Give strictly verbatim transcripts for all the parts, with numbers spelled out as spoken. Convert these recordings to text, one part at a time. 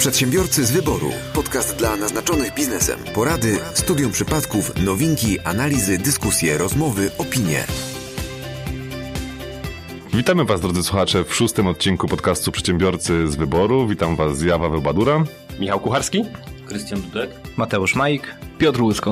Przedsiębiorcy z wyboru. Podcast dla naznaczonych biznesem. Porady, studium przypadków, nowinki, analizy, dyskusje, rozmowy, opinie. Witamy Was, drodzy słuchacze, w szóstym odcinku podcastu Przedsiębiorcy z wyboru. Witam Was, ja, Paweł Badura, Michał Kucharski, Krystian Dudek, Mateusz Majk, Piotr Łysko.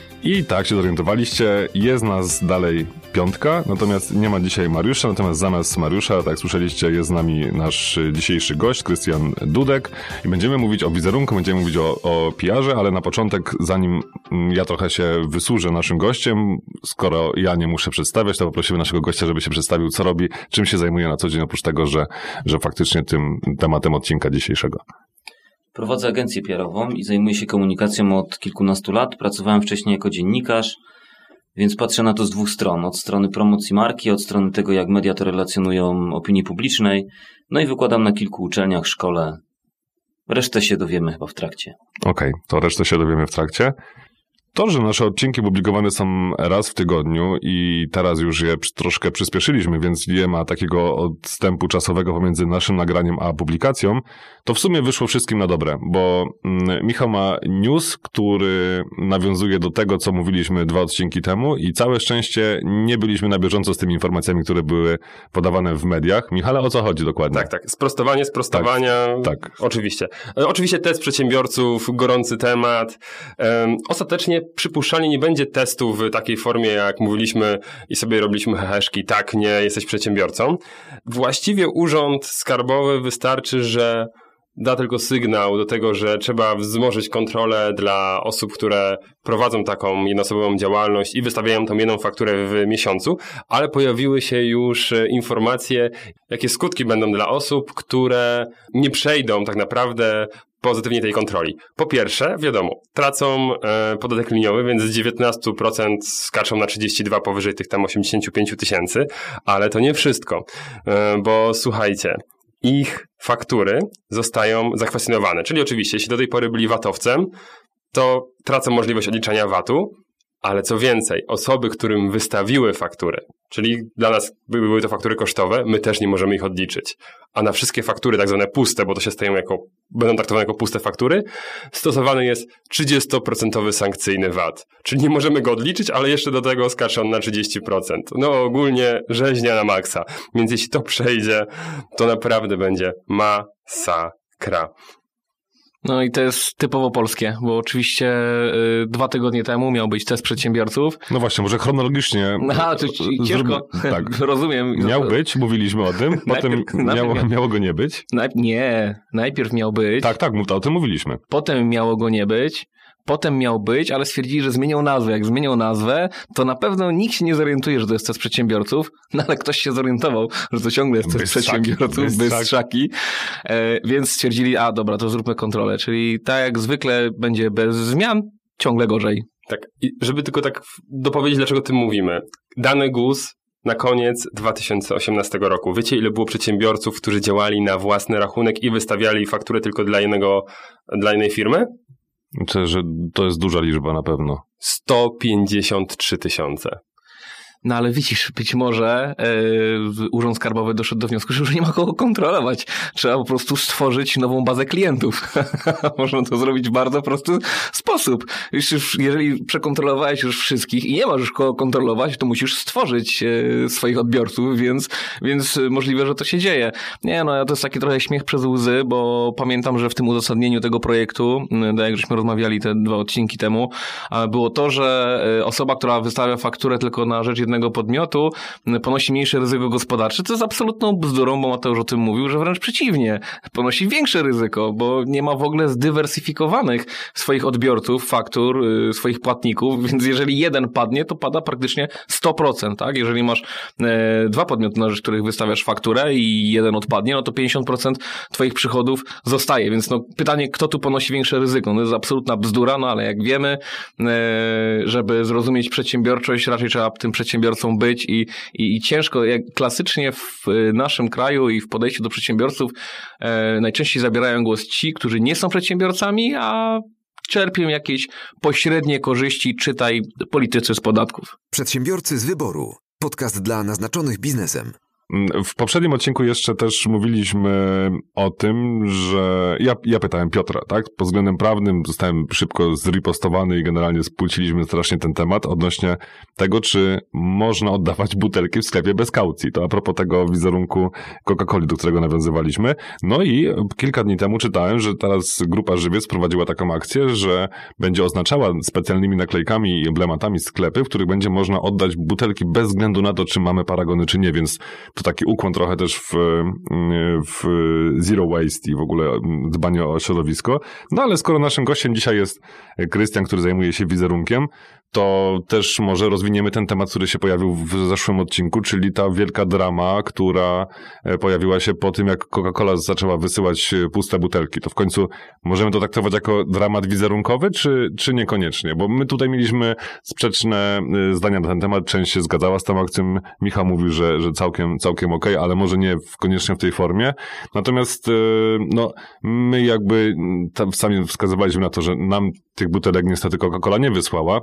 I tak się zorientowaliście, jest nas dalej piątka, natomiast nie ma dzisiaj Mariusza, natomiast zamiast Mariusza, tak jak słyszeliście, jest z nami nasz dzisiejszy gość, Krystian Dudek, i będziemy mówić o wizerunku, będziemy mówić o, o P R ze, ale na początek, zanim ja trochę się wysłużę naszym gościem, skoro ja nie muszę przedstawiać, to poprosimy naszego gościa, żeby się przedstawił, co robi, czym się zajmuje na co dzień, oprócz tego, że, że faktycznie tym tematem odcinka dzisiejszego. Prowadzę agencję P R ową i zajmuję się komunikacją od kilkunastu lat. Pracowałem wcześniej jako dziennikarz, więc patrzę na to z dwóch stron. Od strony promocji marki, od strony tego, jak media to relacjonują opinii publicznej. No i wykładam na kilku uczelniach, szkole. Resztę się dowiemy chyba w trakcie. Okej, okay, to resztę się dowiemy w trakcie. To, że nasze odcinki publikowane są raz w tygodniu i teraz już je troszkę przyspieszyliśmy, więc nie ma takiego odstępu czasowego pomiędzy naszym nagraniem a publikacją, to w sumie wyszło wszystkim na dobre, bo Michał ma news, który nawiązuje do tego, co mówiliśmy dwa odcinki temu i całe szczęście nie byliśmy na bieżąco z tymi informacjami, które były podawane w mediach. Michale, o co chodzi dokładnie? Tak, tak. Sprostowanie, sprostowania. Tak, tak. Oczywiście. Oczywiście test przedsiębiorców, gorący temat. Um, ostatecznie przypuszczalnie nie będzie testu w takiej formie, jak mówiliśmy i sobie robiliśmy heheszki, tak, nie, jesteś przedsiębiorcą. Właściwie urząd skarbowy wystarczy, że da tylko sygnał do tego, że trzeba wzmożyć kontrolę dla osób, które prowadzą taką jednoosobową działalność i wystawiają tą jedną fakturę w miesiącu, ale pojawiły się już informacje, jakie skutki będą dla osób, które nie przejdą tak naprawdę pozytywnie tej kontroli. Po pierwsze, wiadomo, tracą e, podatek liniowy, więc z dziewiętnaście procent skaczą na trzydzieści dwa procent powyżej tych tam osiemdziesiąt pięć tysięcy, ale to nie wszystko, e, bo słuchajcie, ich faktury zostają zakwestionowane. Czyli oczywiście, jeśli do tej pory byli vatowcem, to tracą możliwość odliczania vatu, ale co więcej, osoby, którym wystawiły faktury, czyli dla nas były to faktury kosztowe, my też nie możemy ich odliczyć. A na wszystkie faktury tak zwane puste, bo to się stają jako, będą traktowane jako puste faktury, stosowany jest trzydziestoprocentowy sankcyjny V A T. Czyli nie możemy go odliczyć, ale jeszcze do tego skacze on na trzydzieści procent. No ogólnie rzeźnia na maksa. Więc jeśli to przejdzie, to naprawdę będzie masakra. No i to jest typowo polskie, bo oczywiście y, dwa tygodnie temu miał być test przedsiębiorców. No właśnie, może chronologicznie. Aha, to ciężko, tak. Rozumiem. Miał być, mówiliśmy o tym, potem najpierw, miało, najpierw, miało go nie być. Najp- nie, najpierw miał być. Tak, tak, o tym mówiliśmy. Potem miało go nie być. Potem miał być, ale stwierdzili, że zmienią nazwę. Jak zmienią nazwę, to na pewno nikt się nie zorientuje, że to jest test przedsiębiorców, no ale ktoś się zorientował, że to ciągle jest test przedsiębiorców, bez szaki. E, więc stwierdzili, a dobra, to zróbmy kontrolę. Czyli tak jak zwykle będzie bez zmian, ciągle gorzej. Tak, i żeby tylko tak dopowiedzieć, dlaczego o tym mówimy. Dany G U S na koniec dwa tysiące osiemnastego roku. Wiecie, ile było przedsiębiorców, którzy działali na własny rachunek i wystawiali fakturę tylko dla jednego, dla jednej firmy? Myślę, że to jest duża liczba na pewno. sto pięćdziesiąt trzy tysiące. No ale widzisz, być może yy, Urząd Skarbowy doszedł do wniosku, że już nie ma kogo kontrolować. Trzeba po prostu stworzyć nową bazę klientów. Można to zrobić w bardzo prosty sposób. Już, już, jeżeli przekontrolowałeś już wszystkich i nie masz już kogo kontrolować, to musisz stworzyć yy, swoich odbiorców, więc, więc możliwe, że to się dzieje. Nie, no to jest taki trochę śmiech przez łzy, bo pamiętam, że w tym uzasadnieniu tego projektu, tak jak żeśmy rozmawiali te dwa odcinki temu, było to, że osoba, która wystawia fakturę tylko na rzecz jednego podmiotu, ponosi mniejsze ryzyko gospodarcze. To jest absolutną bzdurą, bo Mateusz o tym mówił, że wręcz przeciwnie. Ponosi większe ryzyko, bo nie ma w ogóle zdywersyfikowanych swoich odbiorców, faktur, swoich płatników, więc jeżeli jeden padnie, to pada praktycznie sto procent, tak? Jeżeli masz e, dwa podmioty, na rzecz których wystawiasz fakturę i jeden odpadnie, no to pięćdziesiąt procent twoich przychodów zostaje, więc no pytanie, kto tu ponosi większe ryzyko? No to jest absolutna bzdura, no ale jak wiemy, e, żeby zrozumieć przedsiębiorczość, raczej trzeba tym przedsiębiorcom być i, i, i ciężko, jak klasycznie w naszym kraju i w podejściu do przedsiębiorców e, najczęściej zabierają głos ci, którzy nie są przedsiębiorcami, a czerpią jakieś pośrednie korzyści, czytaj politycy z podatków. Przedsiębiorcy z wyboru. Podcast dla naznaczonych biznesem. W poprzednim odcinku jeszcze też mówiliśmy o tym, że ja, ja pytałem Piotra, tak? Pod względem prawnym zostałem szybko zripostowany i generalnie spłuciliśmy strasznie ten temat odnośnie tego, czy można oddawać butelki w sklepie bez kaucji. To a propos tego wizerunku Coca-Coli, do którego nawiązywaliśmy. No i kilka dni temu czytałem, że teraz Grupa Żywiec prowadziła taką akcję, że będzie oznaczała specjalnymi naklejkami i emblematami sklepy, w których będzie można oddać butelki bez względu na to, czy mamy paragony, czy nie, więc to taki ukłon trochę też w, w zero waste i w ogóle dbanie o środowisko. No ale skoro naszym gościem dzisiaj jest Krystian, który zajmuje się wizerunkiem, to też może rozwiniemy ten temat, który się pojawił w zeszłym odcinku, czyli ta wielka drama, która pojawiła się po tym, jak Coca-Cola zaczęła wysyłać puste butelki. To w końcu możemy to traktować jako dramat wizerunkowy, czy, czy niekoniecznie? Bo my tutaj mieliśmy sprzeczne zdania na ten temat. Część się zgadzała z tą akcją. Michał mówił, że, że całkiem, całkiem okej, okay, ale może nie w, koniecznie w tej formie. Natomiast no, my jakby tam sami wskazywaliśmy na to, że nam tych butelek niestety Coca-Cola nie wysłała.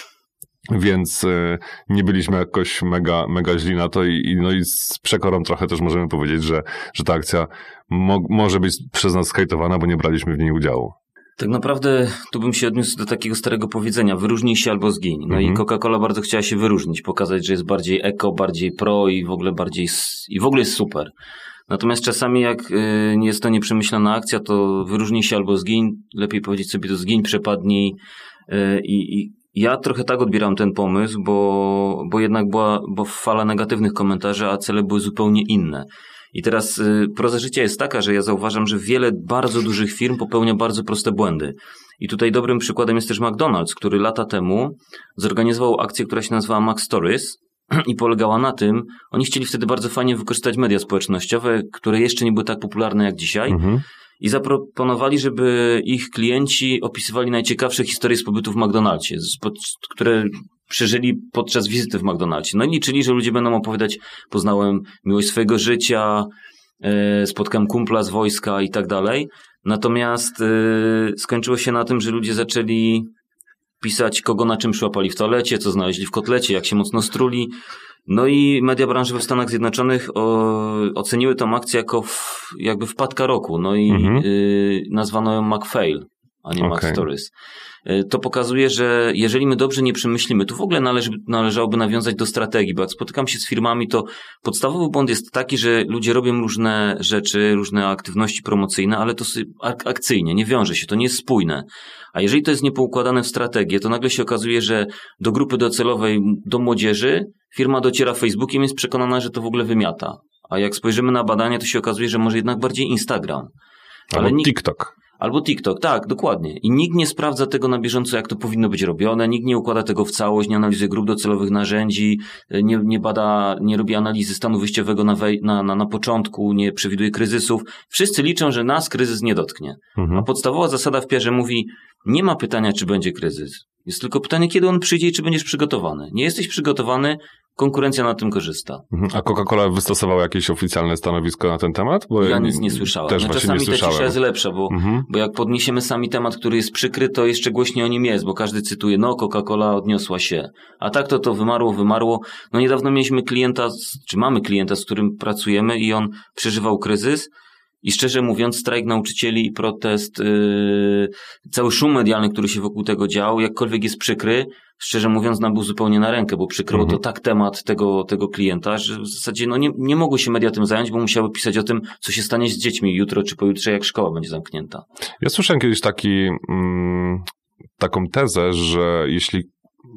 Więc y, nie byliśmy jakoś mega, mega źli na to i, i, no i z przekorą trochę też możemy powiedzieć, że, że ta akcja mo- może być przez nas skejtowana, bo nie braliśmy w niej udziału. Tak naprawdę tu bym się odniósł do takiego starego powiedzenia, wyróżnij się albo zgiń. No mm-hmm. i Coca-Cola bardzo chciała się wyróżnić, pokazać, że jest bardziej eko, bardziej pro i w ogóle bardziej, i w ogóle jest super. Natomiast czasami jak y, jest to nieprzemyślana akcja, to wyróżnij się albo zgiń, lepiej powiedzieć sobie to zgiń, przepadnij y, i ja trochę tak odbieram ten pomysł, bo, bo jednak była bo fala negatywnych komentarzy, a cele były zupełnie inne. I teraz y, proza życia jest taka, że ja zauważam, że wiele bardzo dużych firm popełnia bardzo proste błędy. I tutaj dobrym przykładem jest też McDonald's, który lata temu zorganizował akcję, która się nazywała Mac Stories i polegała na tym, oni chcieli wtedy bardzo fajnie wykorzystać media społecznościowe, które jeszcze nie były tak popularne jak dzisiaj. Mhm. I zaproponowali, żeby ich klienci opisywali najciekawsze historie z pobytu w McDonald'sie, które przeżyli podczas wizyty w McDonald'sie. No i liczyli, że ludzie będą opowiadać, poznałem miłość swojego życia, spotkałem kumpla z wojska i tak dalej. Natomiast skończyło się na tym, że ludzie zaczęli pisać, kogo na czym przyłapali w toalecie, co znaleźli w kotlecie, jak się mocno struli. No i media branżowe w Stanach Zjednoczonych o, oceniły tą akcję jako w, jakby wpadka roku. No i mhm. y, nazwano ją McFail, a nie okay. Mac Stories. Y, to pokazuje, że jeżeli my dobrze nie przemyślimy, tu w ogóle należy, należałoby nawiązać do strategii, bo jak spotykam się z firmami, to podstawowy błąd jest taki, że ludzie robią różne rzeczy, różne aktywności promocyjne, ale to ak- akcyjnie, nie wiąże się, to nie jest spójne. A jeżeli to jest niepoukładane w strategię, to nagle się okazuje, że do grupy docelowej, do młodzieży, firma dociera Facebookiem, jest przekonana, że to w ogóle wymiata. A jak spojrzymy na badania, to się okazuje, że może jednak bardziej Instagram. Albo Ale TikTok. Albo TikTok, tak, dokładnie. I nikt nie sprawdza tego na bieżąco, jak to powinno być robione, nikt nie układa tego w całość, nie analizuje grup docelowych narzędzi, nie, nie bada, nie robi analizy stanu wyjściowego na, wej- na, na, na początku, nie przewiduje kryzysów. Wszyscy liczą, że nas kryzys nie dotknie. Mhm. A podstawowa zasada w P R ze mówi, nie ma pytania, czy będzie kryzys. Jest tylko pytanie, kiedy on przyjdzie i czy będziesz przygotowany. Nie jesteś przygotowany, konkurencja na tym korzysta. A Coca-Cola wystosowała jakieś oficjalne stanowisko na ten temat? Bo ja nic nie słyszałem. Też no, czasami nie ta cisza jest lepsza, bo, mhm. bo jak podniesiemy sami temat, który jest przykry, to jeszcze głośniej o nim jest, bo każdy cytuje, no Coca-Cola odniosła się. A tak to to wymarło, wymarło. No niedawno mieliśmy klienta, czy mamy klienta, z którym pracujemy i on przeżywał kryzys. I szczerze mówiąc, strajk nauczycieli i protest, yy, cały szum medialny, który się wokół tego działo, jakkolwiek jest przykry, szczerze mówiąc, nam był zupełnie na rękę, bo przykryło mhm. to tak temat tego, tego klienta, że w zasadzie no nie, nie mogły się media tym zająć, bo musiały pisać o tym, co się stanie z dziećmi jutro czy pojutrze, jak szkoła będzie zamknięta. Ja słyszałem kiedyś taki, mm, taką tezę, że jeśli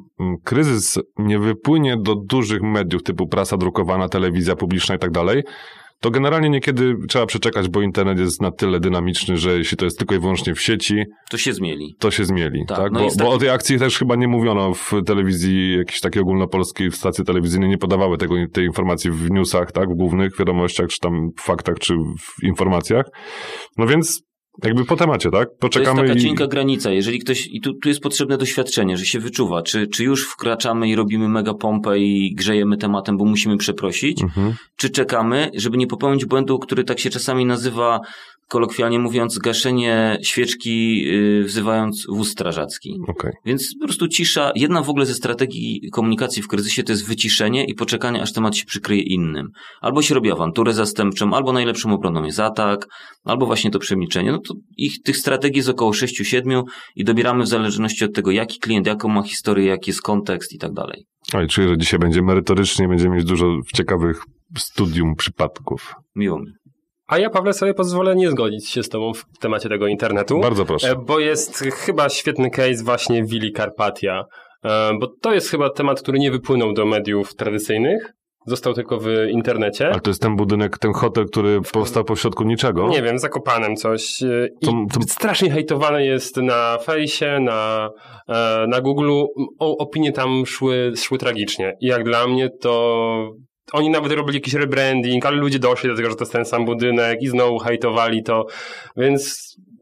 kryzys nie wypłynie do dużych mediów typu prasa drukowana, telewizja publiczna i tak dalej, to generalnie niekiedy trzeba przeczekać, bo internet jest na tyle dynamiczny, że jeśli to jest tylko i wyłącznie w sieci, to się zmieli. To się zmieli, tak? tak? No bo, tak... bo o tej akcji też chyba nie mówiono w telewizji, jakieś takie ogólnopolskiej stacje telewizyjne nie podawały tego, tej informacji w newsach, tak? W głównych wiadomościach, czy tam w faktach, czy w informacjach. No więc jakby po temacie, tak? Poczekamy. To jest taka i... cienka granica. Jeżeli ktoś, i tu, tu jest potrzebne doświadczenie, że się wyczuwa, czy, czy już wkraczamy i robimy mega pompę i grzejemy tematem, bo musimy przeprosić, mhm. czy czekamy, żeby nie popełnić błędu, który tak się czasami nazywa kolokwialnie mówiąc, gaszenie świeczki yy, wzywając wóz strażacki. Okay. Więc po prostu cisza. Jedna w ogóle ze strategii komunikacji w kryzysie to jest wyciszenie i poczekanie, aż temat się przykryje innym. Albo się robi awanturę zastępczą, albo najlepszą obroną jest atak, albo właśnie to przemilczenie. No to ich tych strategii jest około sześciu siedmiu i dobieramy w zależności od tego, jaki klient, jaką ma historię, jaki jest kontekst i tak dalej. Oj, czuję, że dzisiaj będzie merytorycznie, będziemy mieć dużo ciekawych studium przypadków. Miło mi. A ja, Pawle, sobie pozwolę nie zgodzić się z tobą w temacie tego internetu. Bardzo proszę. Bo jest chyba świetny case właśnie Willi Carpathia, bo to jest chyba temat, który nie wypłynął do mediów tradycyjnych, został tylko w internecie. Ale to jest ten budynek, ten hotel, który powstał pośrodku niczego? Nie wiem, Zakopanem coś. I to, to... strasznie hejtowany jest na fejsie, na, na Google'u. O, opinie tam szły, szły tragicznie. I jak dla mnie to... Oni nawet robili jakiś rebranding, ale ludzie doszli do tego, że to jest ten sam budynek i znowu hejtowali to, więc...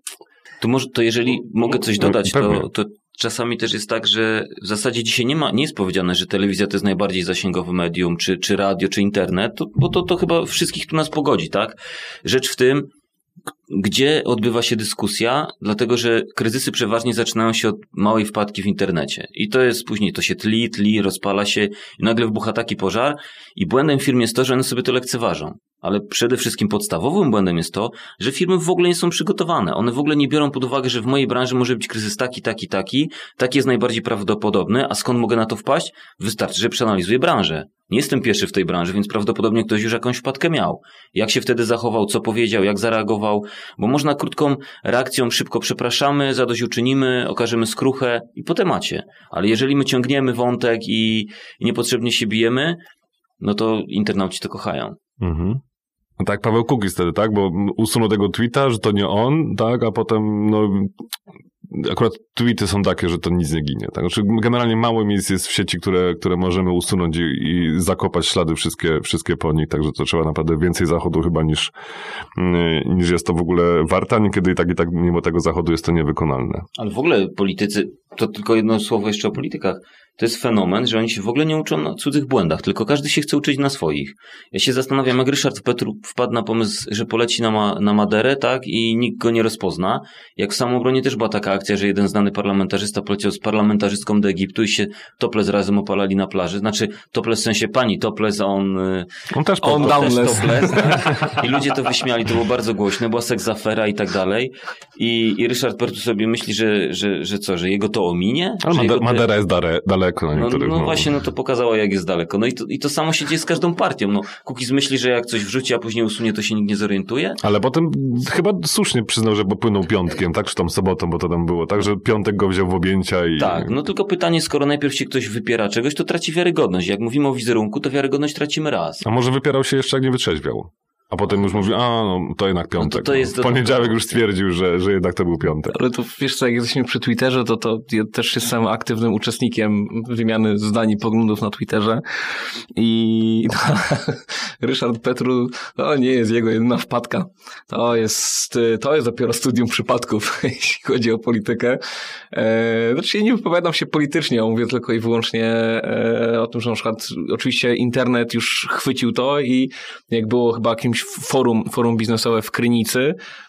To może, to jeżeli mogę coś dodać, to, to czasami też jest tak, że w zasadzie dzisiaj nie ma, nie jest powiedziane, że telewizja to jest najbardziej zasięgowe medium, czy, czy radio, czy internet, to, bo to, to chyba wszystkich tu nas pogodzi, tak? Rzecz w tym, gdzie odbywa się dyskusja, dlatego że kryzysy przeważnie zaczynają się od małej wpadki w internecie. I to jest później, to się tli, tli, rozpala się i nagle wybucha taki pożar i błędem firm jest to, że one sobie to lekceważą. Ale przede wszystkim podstawowym błędem jest to, że firmy w ogóle nie są przygotowane. One w ogóle nie biorą pod uwagę, że w mojej branży może być kryzys taki, taki, taki. Taki jest najbardziej prawdopodobny. A skąd mogę na to wpaść? Wystarczy, że przeanalizuję branżę. Nie jestem pierwszy w tej branży, więc prawdopodobnie ktoś już jakąś wpadkę miał. Jak się wtedy zachował, co powiedział, jak zareagował. Bo można krótką reakcją szybko przepraszamy, zadośćuczynimy, okażemy skruchę i po temacie. Ale jeżeli my ciągniemy wątek i, i niepotrzebnie się bijemy, no to internauci to kochają. Mhm. No tak, Paweł Kukiz wtedy, tak? Bo usunął tego tweeta, że to nie on, tak? A potem, no, akurat tweety są takie, że to nic nie ginie, tak? Znaczy, generalnie mało miejsc jest w sieci, które, które możemy usunąć i, i zakopać ślady wszystkie, wszystkie po nich, także to trzeba naprawdę więcej zachodu chyba niż, niż jest to w ogóle warte, a niekiedy i tak i tak mimo tego zachodu jest to niewykonalne. Ale w ogóle politycy, to tylko jedno słowo jeszcze o politykach, to jest fenomen, że oni się w ogóle nie uczą na cudzych błędach, tylko każdy się chce uczyć na swoich. Ja się zastanawiam, jak Ryszard Petru wpadł na pomysł, że poleci na, ma, na Maderę, tak, i nikt go nie rozpozna. Jak w Samobronie też była taka akcja, że jeden znany parlamentarzysta poleciał z parlamentarzystką do Egiptu i się topless razem opalali na plaży. Znaczy, topless w sensie pani topless, a on... On też, on on downless. Topless, tak? I ludzie to wyśmiali, to było bardzo głośne, była seks afera i tak dalej. I, i Ryszard Petru sobie myśli, że, że, że co, że jego to ominie? Ale Madera, Madera te... jest dare, daleko na niektórych. No, no właśnie, no to pokazało, jak jest daleko. No i to, i to samo się dzieje z każdą partią. No, Kukiz myśli, że jak coś wrzuci, a później usunie, to się nikt nie zorientuje. Ale potem chyba słusznie przyznał, że popłynął piątkiem, tak? Czy tam sobotą, bo to tam było. Tak, że piątek go wziął w objęcia i... Tak, no tylko pytanie, skoro najpierw się ktoś wypiera czegoś, to traci wiarygodność. Jak mówimy o wizerunku, to wiarygodność tracimy raz. A może wypierał się jeszcze, jak nie wytrzeźwiał? A potem już mówił, a no to jednak piątek. No to to jest no. W poniedziałek już stwierdził, że, że jednak to był piątek. Ale to wiesz co, jak jesteśmy przy Twitterze, to, to ja też jestem aktywnym uczestnikiem wymiany zdań i poglądów na Twitterze i no, Ryszard Petru, to nie jest jego jedyna wpadka. To jest, to jest dopiero studium przypadków, jeśli chodzi o politykę. E, znaczy ja nie wypowiadam się politycznie, ja mówię tylko i wyłącznie e, o tym, że na przykład oczywiście internet już chwycił to i jak było chyba jakimś forum, forum biznesowe w Krynicy,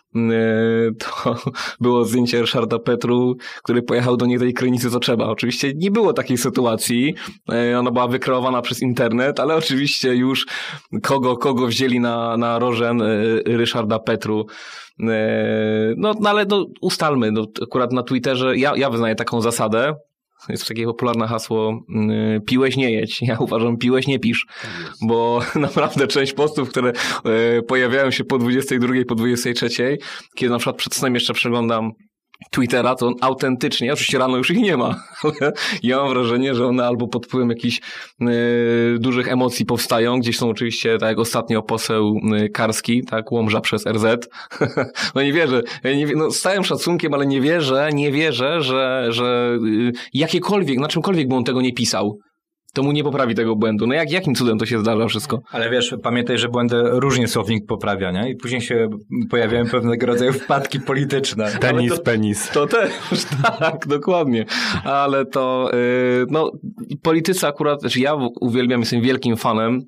to było zdjęcie Ryszarda Petru, który pojechał do niej tej Krynicy co trzeba. Oczywiście nie było takiej sytuacji, ona była wykreowana przez internet, ale oczywiście już kogo, kogo wzięli na, na rożen Ryszarda Petru. No, no ale no, ustalmy, no, akurat na Twitterze, ja, ja wyznaję taką zasadę, jest takie popularne hasło yy, piłeś nie jedź. Ja uważam, piłeś nie pisz, bo naprawdę część postów, które yy, pojawiają się po dwudziestej drugiej, po dwudziestej trzeciej, kiedy na przykład przed snem jeszcze przeglądam Twittera, to on autentycznie, oczywiście rano już ich nie ma, ale ja mam wrażenie, że one albo pod wpływem jakichś yy, dużych emocji powstają, gdzieś są oczywiście, tak jak ostatnio poseł yy, Karski, tak, Łomża przez R Z. No nie wierzę, ja nie, no z całym szacunkiem, ale nie wierzę, nie wierzę, że, że yy, jakiekolwiek, na czymkolwiek by on tego nie pisał, to mu nie poprawi tego błędu. No jak, jakim cudem to się zdarza wszystko? Ale wiesz, pamiętaj, że błędy różnie słownik poprawia, nie? I później się pojawiają pewnego rodzaju wpadki polityczne. Tenis, to, penis. To też, tak, dokładnie. Ale to, yy, no, politycy akurat, znaczy ja uwielbiam, jestem wielkim fanem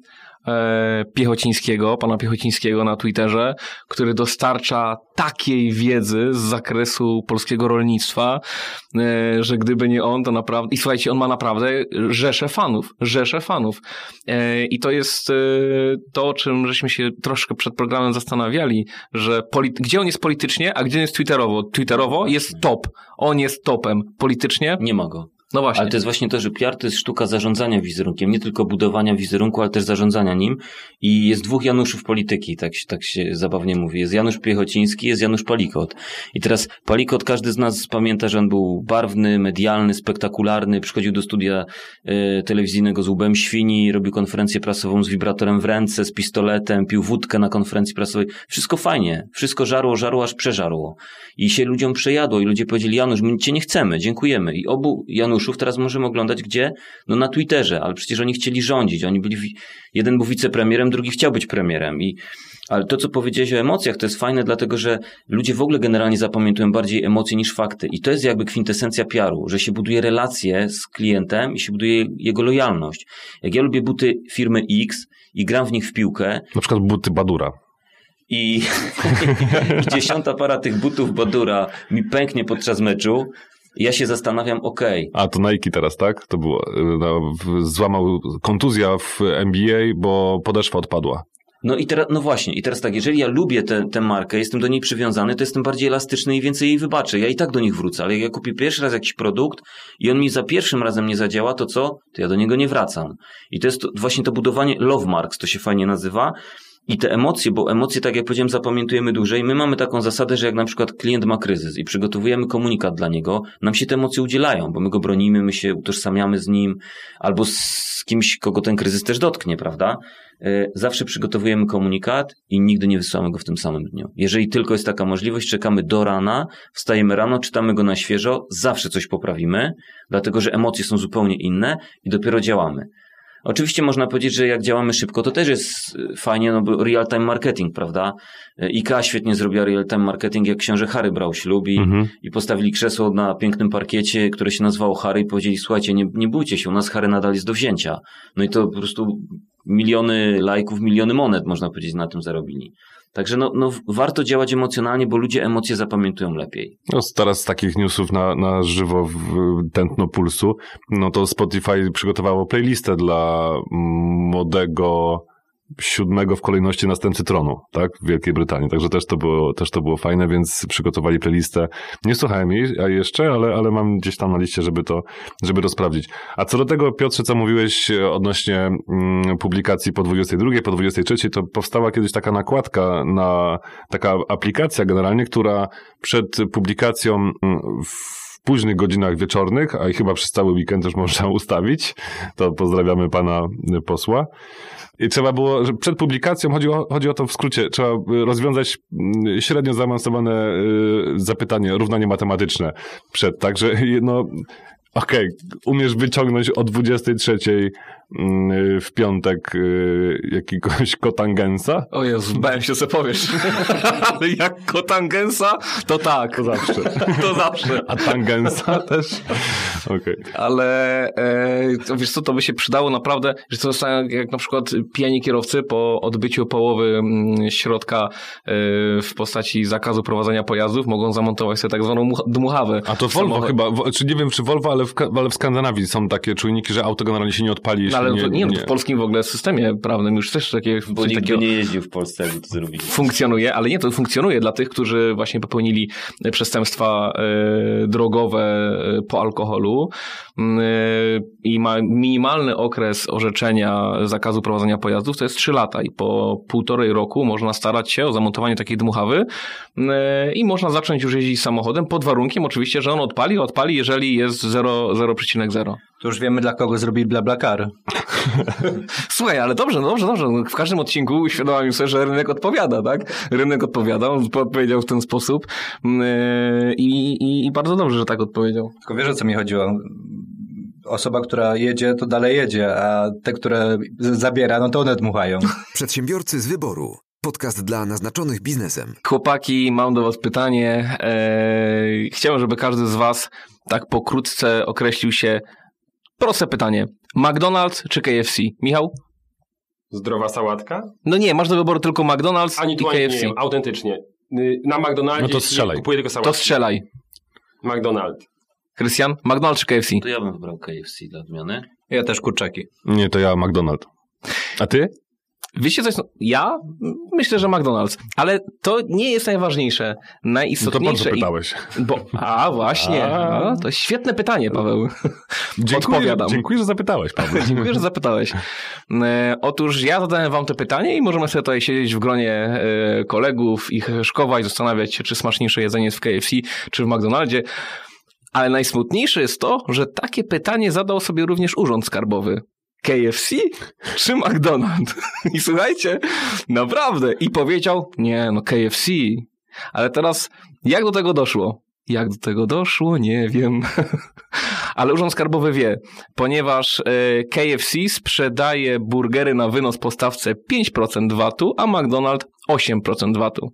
e, Piechocińskiego, pana Piechocińskiego na Twitterze, który dostarcza takiej wiedzy z zakresu polskiego rolnictwa, e, że gdyby nie on, to naprawdę... I słuchajcie, on ma naprawdę rzesze fanów, rzesze fanów. E, I to jest e, to, o czym żeśmy się troszkę przed programem zastanawiali, że polit- gdzie on jest politycznie, a gdzie on jest twitterowo. Twitterowo jest top. On jest topem. Politycznie? Nie ma go. No właśnie. Ale to jest właśnie to, że P R to jest sztuka zarządzania wizerunkiem, nie tylko budowania wizerunku, ale też zarządzania nim. I jest dwóch Januszów polityki, tak się, tak się zabawnie mówi. Jest Janusz Piechociński, jest Janusz Palikot. I teraz Palikot, każdy z nas pamięta, że on był barwny, medialny, spektakularny, przychodził do studia y, telewizyjnego z łbem świni, robił konferencję prasową z wibratorem w ręce, z pistoletem, pił wódkę na konferencji prasowej. Wszystko fajnie, wszystko żarło, żarło, aż przeżarło. I się ludziom przejadło i ludzie powiedzieli: Janusz, my cię nie chcemy, dziękujemy. I obu Janusz teraz możemy oglądać gdzie? No na Twitterze, ale przecież oni chcieli rządzić. Oni byli, jeden był wicepremierem, drugi chciał być premierem. I, ale to, co powiedziałeś o emocjach, to jest fajne, dlatego że ludzie w ogóle generalnie zapamiętują bardziej emocje niż fakty. I to jest jakby kwintesencja P R u, że się buduje relacje z klientem i się buduje jego lojalność. Jak ja lubię buty firmy X i gram w nich w piłkę. Na przykład buty Badura. I, i dziesiąta para tych butów Badura mi pęknie podczas meczu. Ja się zastanawiam, okej. Okay. A to Nike teraz, tak? To było, no, złamał kontuzja w N B A, bo podeszwa odpadła. No i teraz, no właśnie, i teraz tak, jeżeli ja lubię tę markę, jestem do niej przywiązany, to jestem bardziej elastyczny i więcej jej wybaczę. Ja i tak do nich wrócę, ale jak ja kupię pierwszy raz jakiś produkt i on mi za pierwszym razem nie zadziała, to co? To ja do niego nie wracam. I to jest to, właśnie to budowanie love marks, to się fajnie nazywa. I te emocje, bo emocje, tak jak powiedziałem, zapamiętujemy dłużej. My mamy taką zasadę, że jak na przykład klient ma kryzys i przygotowujemy komunikat dla niego, nam się te emocje udzielają, bo my go bronimy, my się utożsamiamy z nim, albo z kimś, kogo ten kryzys też dotknie, prawda? Zawsze przygotowujemy komunikat i nigdy nie wysyłamy go w tym samym dniu. Jeżeli tylko jest taka możliwość, czekamy do rana, wstajemy rano, czytamy go na świeżo, zawsze coś poprawimy, dlatego że emocje są zupełnie inne i dopiero działamy. Oczywiście można powiedzieć, że jak działamy szybko, to też jest fajnie, no bo real-time marketing, prawda? IKEA świetnie zrobiła real-time marketing, jak książę Harry brał ślub i, mhm. i postawili krzesło na pięknym parkiecie, które się nazywało Harry i powiedzieli: słuchajcie, nie, nie bójcie się, u nas Harry nadal jest do wzięcia. No i to po prostu miliony lajków, miliony monet, można powiedzieć, na tym zarobili. Także no, no warto działać emocjonalnie, bo ludzie emocje zapamiętują lepiej. No teraz z takich newsów na, na żywo w tętno pulsu, no to Spotify przygotowało playlistę dla młodego siódmego w kolejności następcy tronu, tak, w Wielkiej Brytanii. Także też to było, też to było fajne, więc przygotowali playlistę. Nie słuchałem jej jeszcze, ale, ale mam gdzieś tam na liście, żeby to, żeby to sprawdzić. A co do tego, Piotrze, co mówiłeś odnośnie mm, publikacji po dwudziestej drugiej, po dwudziestej trzeciej, to powstała kiedyś taka nakładka, na taka aplikacja generalnie, która przed publikacją w w późnych godzinach wieczornych, a i chyba przez cały weekend też można ustawić, to pozdrawiamy pana posła. I trzeba było, że przed publikacją, chodzi o, chodzi o to w skrócie, trzeba rozwiązać średnio zaawansowane zapytanie, równanie matematyczne przed, także no okej, okay, umiesz wyciągnąć o dwudziestej trzeciej w piątek jakiegoś kotangensa? O Jezu, bałem się, co powiesz. Ale jak kotangensa, to tak. To zawsze. To zawsze. A tangensa też? Okej. Okay. Ale e, to, wiesz co, to by się przydało naprawdę, że to są jak na przykład pijani kierowcy po odbyciu połowy środka e, w postaci zakazu prowadzenia pojazdów mogą zamontować sobie tak zwaną dmuchawę. A to Volvo chyba, w, czy nie wiem czy Volvo, ale w, ale w Skandynawii są takie czujniki, że auto generalnie się nie odpali. No, ale nie, to, nie, nie. w polskim w ogóle systemie prawnym już też takie... Bo nikt takiego, nie jeździł w Polsce, jakby to zrobili. Funkcjonuje, ale nie, to funkcjonuje dla tych, którzy właśnie popełnili przestępstwa y, drogowe y, po alkoholu y, i ma minimalny okres orzeczenia zakazu prowadzenia pojazdów, to jest trzy lata i po półtorej roku można starać się o zamontowanie takiej dmuchawy y, i można zacząć już jeździć samochodem pod warunkiem oczywiście, że on odpali, odpali, jeżeli jest zero przecinek zero. To już wiemy, dla kogo zrobili BlaBlaCar. Słuchaj, ale dobrze, dobrze, dobrze. W każdym odcinku uświadomiłem sobie, że rynek odpowiada, tak? Rynek odpowiada, on odpowiedział w ten sposób i, i, i bardzo dobrze, że tak odpowiedział. Tylko wiesz, o co mi chodziło? Osoba, która jedzie, to dalej jedzie, a te, które zabiera, no to one dmuchają. Przedsiębiorcy z wyboru. Podcast dla naznaczonych biznesem. Chłopaki, mam do was pytanie. Eee, chciałem, żeby każdy z was tak pokrótce określił się. Proste pytanie. McDonald's czy K F C? Michał? Zdrowa sałatka? No nie, masz do wyboru tylko McDonald's Ani i tu, K F C. Nie, autentycznie. Na McDonaldzie no to strzelaj. kupuję tylko sałatkę. To strzelaj. McDonald's. Krystian, McDonald's czy K F C? To ja bym wybrał K F C dla odmiany. Ja też kurczaki. Nie, to ja McDonald's. A ty? Wiecie coś? No, ja myślę, że McDonald's. Ale to nie jest najważniejsze. Najistotniejsze. No to po co pytałeś? Bo, a właśnie. A. No, to świetne pytanie, Paweł. Dziękuję, Odpowiadam. dziękuję, że zapytałeś, Paweł. Dziękuję, że zapytałeś. E, otóż ja zadałem wam to pytanie i możemy sobie tutaj siedzieć w gronie e, kolegów, ich szkować, zastanawiać się, czy smaczniejsze jedzenie jest w K F C, czy w McDonaldzie. Ale najsmutniejsze jest to, że takie pytanie zadał sobie również Urząd Skarbowy. K F C czy McDonald's? I słuchajcie, naprawdę. I powiedział, nie, no K F C. Ale teraz, jak do tego doszło? Jak do tego doszło? Nie wiem. Ale Urząd Skarbowy wie, ponieważ K F C sprzedaje burgery na wynos po stawce pięć procent vatu, a McDonald's osiem procent vatu.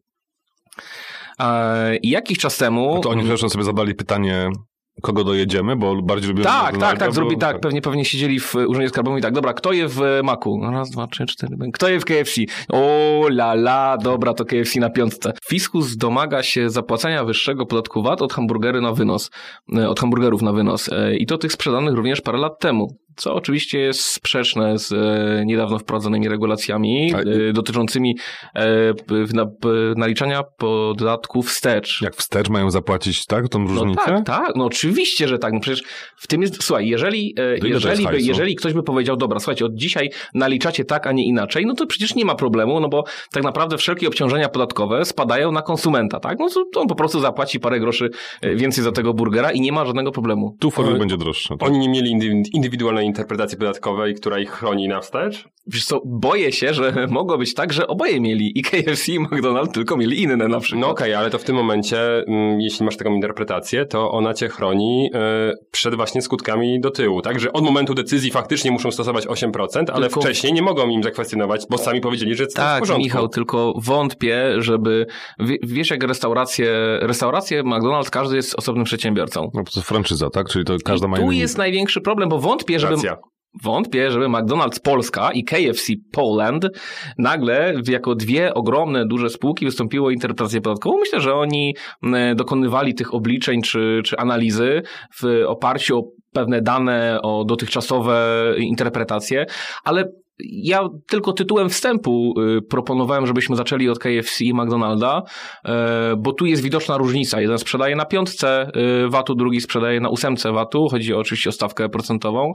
I jakiś czas temu... A to oni zresztą sobie zadali pytanie... Kogo dojedziemy, bo bardziej lubią... Tak, tak, tak, bo... zrobi, tak, pewnie, pewnie siedzieli w Urzędzie Skarbowym i tak, dobra, kto je w Macu? Raz, dwa, trzy, cztery, kto je w K F C? O la la, dobra, to K F C na piątce. Fiskus domaga się zapłacenia wyższego podatku V A T od hamburgery na wynos, od hamburgerów na wynos i to tych sprzedanych również parę lat temu. Co oczywiście jest sprzeczne z e, niedawno wprowadzonymi regulacjami A, e, dotyczącymi e, na, naliczania podatków wstecz. Jak wstecz mają zapłacić, tak, tą różnicę? No tak, tak, no oczywiście, że tak. No przecież w tym jest, słuchaj, jeżeli, e, jeżeli, by, jeżeli ktoś by powiedział, dobra, słuchajcie, od dzisiaj naliczacie tak, a nie inaczej, no to przecież nie ma problemu, no bo tak naprawdę wszelkie obciążenia podatkowe spadają na konsumenta, tak? No to on po prostu zapłaci parę groszy więcej za tego burgera i nie ma żadnego problemu. Tu fory będzie droższe. Tak? Oni nie mieli indywidualnej interpretacji podatkowej, która ich chroni na wstecz? Wiesz co, boję się, że mogło być tak, że oboje mieli i K F C i McDonald's, tylko mieli inne na przykład. No okej, okay, ale to w tym momencie, m, jeśli masz taką interpretację, to ona cię chroni y, przed właśnie skutkami do tyłu, tak? Że od momentu decyzji faktycznie muszą stosować osiem procent, ale tylko... wcześniej nie mogą im zakwestionować, bo sami powiedzieli, że jest tak, w porządku. Tak, Michał, tylko wątpię, żeby... W, wiesz, jak restauracje... Restauracje McDonald's, każdy jest osobnym przedsiębiorcą. No to franczyza, tak? Czyli to każda I ma tu inny... jest największy problem, bo wątpię, żeby... Racja. Wątpię, żeby McDonald's Polska i K F C Poland nagle jako dwie ogromne, duże spółki wystąpiło o interpretację podatkową. Myślę, że oni dokonywali tych obliczeń czy, czy analizy w oparciu o pewne dane, o dotychczasowe interpretacje, ale ja tylko tytułem wstępu y, proponowałem, żebyśmy zaczęli od K F C i McDonalda, y, bo tu jest widoczna różnica. Jeden sprzedaje na piątce y, vatu, drugi sprzedaje na ósemce vatu. Chodzi oczywiście o stawkę procentową.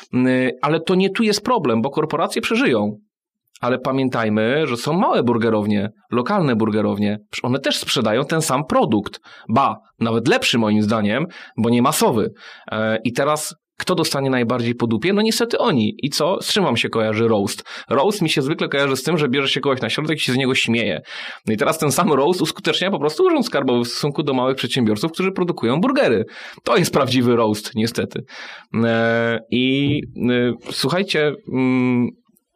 Y, ale to nie tu jest problem, bo korporacje przeżyją. Ale pamiętajmy, że są małe burgerownie, lokalne burgerownie. One też sprzedają ten sam produkt. Ba, nawet lepszy moim zdaniem, bo nie masowy. Y, I teraz... Kto dostanie najbardziej po dupie? No niestety oni. I co? Z czym wam się kojarzy roast? Roast mi się zwykle kojarzy z tym, że bierze się kogoś na środek i się z niego śmieje. No i teraz ten sam roast uskutecznia po prostu Urząd Skarbowy w stosunku do małych przedsiębiorców, którzy produkują burgery. To jest prawdziwy roast, niestety. Eee, I e, słuchajcie, mm,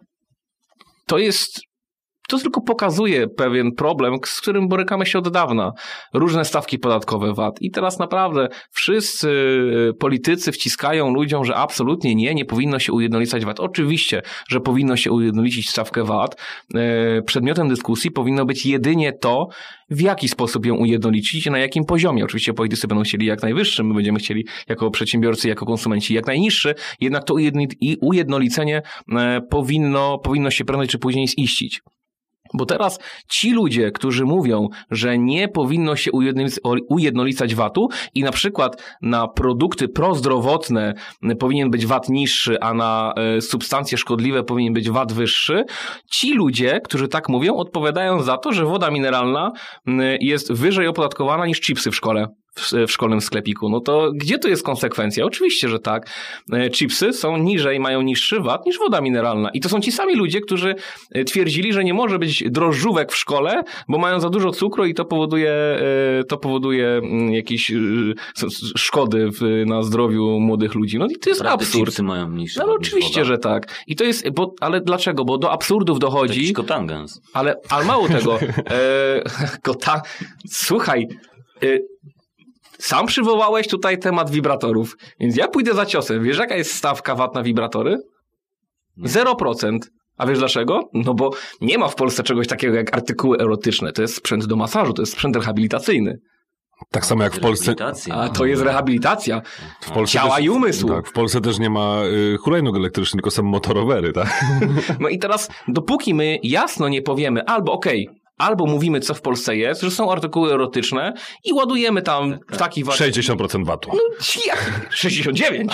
to jest... To tylko pokazuje pewien problem, z którym borykamy się od dawna. Różne stawki podatkowe V A T. I teraz naprawdę wszyscy politycy wciskają ludziom, że absolutnie nie, nie powinno się ujednolicać V A T. Oczywiście, że powinno się ujednolicić stawkę V A T. Przedmiotem dyskusji powinno być jedynie to, w jaki sposób ją ujednolicić i na jakim poziomie. Oczywiście politycy będą chcieli jak najwyższy, my będziemy chcieli jako przedsiębiorcy, jako konsumenci jak najniższy, jednak to ujednolicenie powinno, powinno się prędzej czy później ziścić. Bo teraz ci ludzie, którzy mówią, że nie powinno się ujednolicać V A T-u i na przykład na produkty prozdrowotne powinien być V A T niższy, a na substancje szkodliwe powinien być V A T wyższy, ci ludzie, którzy tak mówią, odpowiadają za to, że woda mineralna jest wyżej opodatkowana niż chipsy w szkole. W szkolnym sklepiku. No to gdzie tu jest konsekwencja? Oczywiście, że tak. Chipsy są niżej, mają niższy V A T niż woda mineralna. I to są ci sami ludzie, którzy twierdzili, że nie może być drożdżówek w szkole, bo mają za dużo cukru i to powoduje, to powoduje jakieś szkody w, na zdrowiu młodych ludzi. No i to jest Prawda, absurd. Chipsy mają niższy. No ale oczywiście, że tak. I to jest, bo, ale dlaczego? Bo do absurdów dochodzi. Jakiś kotangens. Ale, ale mało tego. e, kota, słuchaj, e, sam przywołałeś tutaj temat wibratorów, więc ja pójdę za ciosem. Wiesz, jaka jest stawka V A T na wibratory? zero procent. A wiesz dlaczego? No bo nie ma w Polsce czegoś takiego jak artykuły erotyczne. To jest sprzęt do masażu, to jest sprzęt rehabilitacyjny. Tak samo jak w Polsce. A to jest rehabilitacja w Polsce ciała też, i umysłu. Tak, w Polsce też nie ma y, hulajnóg elektrycznych, tylko są motorowery, tak? No i teraz, dopóki my jasno nie powiemy, albo okej, okay, albo mówimy, co w Polsce jest, że są artykuły erotyczne i ładujemy tam w taki VAT. sześćdziesiąt procent vatu. No jak? sześćdziesiąt dziewięć.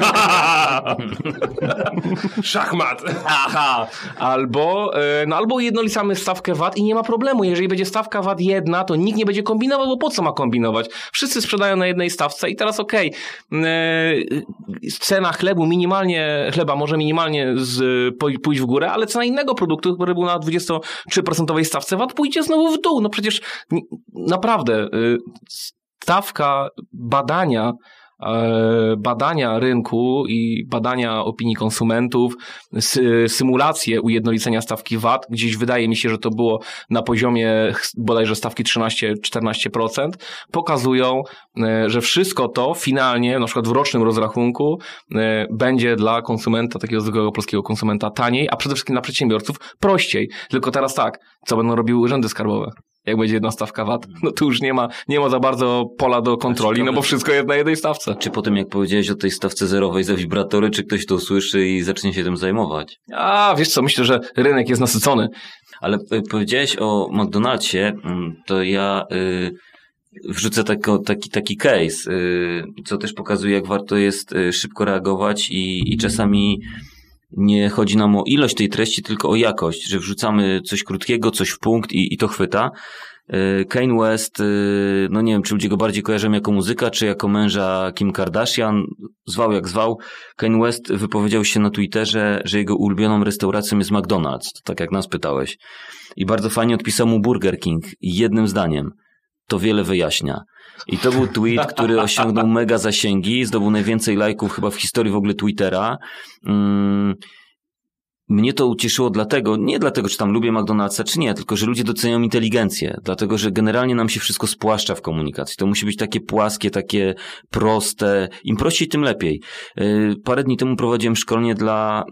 Szachmat. Aha. Albo, no albo jednolicamy stawkę V A T i nie ma problemu. Jeżeli będzie stawka V A T jedna, to nikt nie będzie kombinował, bo po co ma kombinować? Wszyscy sprzedają na jednej stawce i teraz okej, okay, cena chlebu minimalnie, chleba może minimalnie z, pójść w górę, ale cena innego produktu, który był na dwadzieścia trzy procent stawce V A T, pójdzie znowu w dół. No przecież naprawdę stawka badania badania rynku i badania opinii konsumentów, symulacje ujednolicenia stawki V A T, gdzieś wydaje mi się, że to było na poziomie bodajże stawki trzynaście czternaście procent, pokazują, że wszystko to finalnie, na przykład w rocznym rozrachunku, będzie dla konsumenta, takiego zwykłego polskiego konsumenta taniej, a przede wszystkim dla przedsiębiorców prościej. Tylko teraz tak, co będą robiły urzędy skarbowe? Jak będzie jedna stawka V A T, no to już nie ma, nie ma za bardzo pola do kontroli, no bo wszystko jest na jednej stawce. Czy po tym, jak powiedziałeś o tej stawce zerowej za wibratory, czy ktoś to usłyszy i zacznie się tym zajmować? A, wiesz co, myślę, że rynek jest nasycony. Ale powiedziałeś o McDonald'sie, to ja y, wrzucę tako, taki, taki case, y, co też pokazuje, jak warto jest y, szybko reagować i, i czasami nie chodzi nam o ilość tej treści, tylko o jakość, że wrzucamy coś krótkiego, coś w punkt i, i to chwyta. Kanye West, no nie wiem, czy ludzie go bardziej kojarzą jako muzyka, czy jako męża Kim Kardashian, zwał jak zwał. Kanye West wypowiedział się na Twitterze, że jego ulubioną restauracją jest McDonald's, tak jak nas pytałeś. I bardzo fajnie odpisał mu Burger King jednym zdaniem. To wiele wyjaśnia. I to był tweet, który osiągnął mega zasięgi, zdobył najwięcej lajków chyba w historii w ogóle Twittera. Mm. Mnie to ucieszyło dlatego, nie dlatego, czy tam lubię McDonald'sa, czy nie, tylko że ludzie doceniają inteligencję, dlatego, że generalnie nam się wszystko spłaszcza w komunikacji. To musi być takie płaskie, takie proste. Im prościej, tym lepiej. Yy, parę dni temu prowadziłem szkolenie dla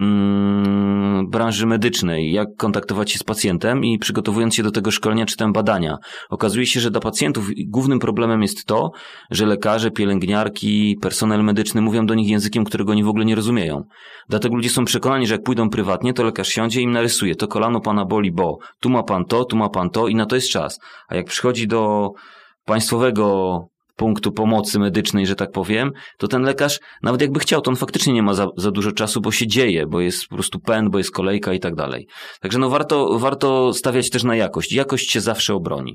mm, branży medycznej, jak kontaktować się z pacjentem i przygotowując się do tego szkolenia czytam badania. Okazuje się, że dla pacjentów głównym problemem jest to, że lekarze, pielęgniarki, personel medyczny mówią do nich językiem, którego oni w ogóle nie rozumieją. Dlatego ludzie są przekonani, że jak pójdą prywatnie, to lekarz siądzie i im narysuje. To kolano pana boli, bo tu ma pan to, tu ma pan to i na to jest czas. A jak przychodzi do państwowego punktu pomocy medycznej, że tak powiem, to ten lekarz, nawet jakby chciał, to on faktycznie nie ma za, za dużo czasu, bo się dzieje, bo jest po prostu pęd, bo jest kolejka i tak dalej. Także no warto, warto stawiać też na jakość. Jakość się zawsze obroni.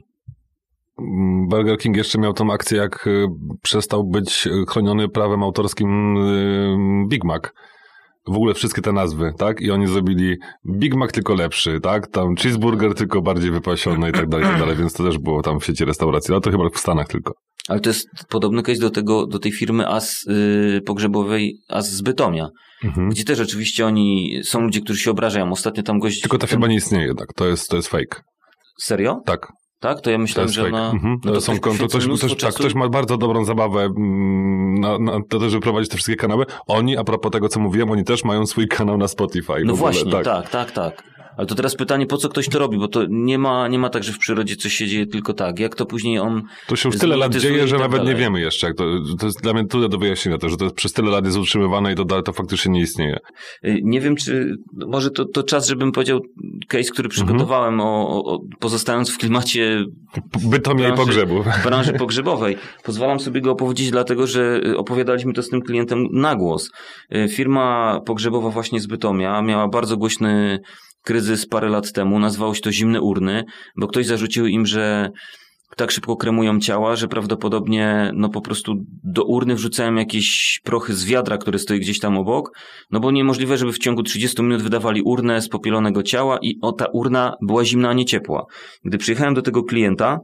Burger King jeszcze miał tą akcję, jak przestał być chroniony prawem autorskim Big Mac. W ogóle wszystkie te nazwy, tak? I oni zrobili Big Mac tylko lepszy, tak? Tam cheeseburger tylko bardziej wypasiony i tak dalej, i tak dalej, więc to też było tam w sieci restauracji, ale to chyba w Stanach tylko. Ale to jest podobny case do tego, do tej firmy As yy, pogrzebowej As z Bytomia, mhm. gdzie też oczywiście oni, są ludzie, którzy się obrażają. Ostatnio tam gość... Tylko ta firma nie istnieje, tak? To jest, to jest fake. Serio? Tak. Tak? To ja myślałem, to że ona... Mhm. No to, są, to, ktoś, ktoś, tak, ktoś ma bardzo dobrą zabawę na, na to, żeby prowadzić te wszystkie kanały. Oni, a propos tego, co mówiłem, oni też mają swój kanał na Spotify. No właśnie, tak, tak, tak. tak. Ale to teraz pytanie, po co ktoś to robi? Bo to nie ma, nie ma tak, że w przyrodzie coś się dzieje tylko tak. Jak to później on... To się już tyle lat dzieje, że tak nawet dalej. Nie wiemy jeszcze. Jak to, to jest dla mnie trudne do wyjaśnienia, to, że to przez tyle lat jest utrzymywane i to dalej to faktycznie nie istnieje. Nie wiem, czy... Może to, to czas, żebym powiedział case, który przygotowałem, mhm. o, o, pozostając w klimacie... Bytomia i pogrzebu. Branży pogrzebowej. Pozwalam sobie go opowiedzieć, dlatego że opowiadaliśmy to z tym klientem na głos. Firma pogrzebowa właśnie z Bytomia miała bardzo głośny kryzys parę lat temu, nazywało się to zimne urny, bo ktoś zarzucił im, że tak szybko kremują ciała, że prawdopodobnie no po prostu do urny wrzucają jakieś prochy z wiadra, które stoi gdzieś tam obok, no bo niemożliwe, żeby w ciągu trzydziestu minut wydawali urnę z popielonego ciała i o, ta urna była zimna, a nie ciepła. Gdy przyjechałem do tego klienta,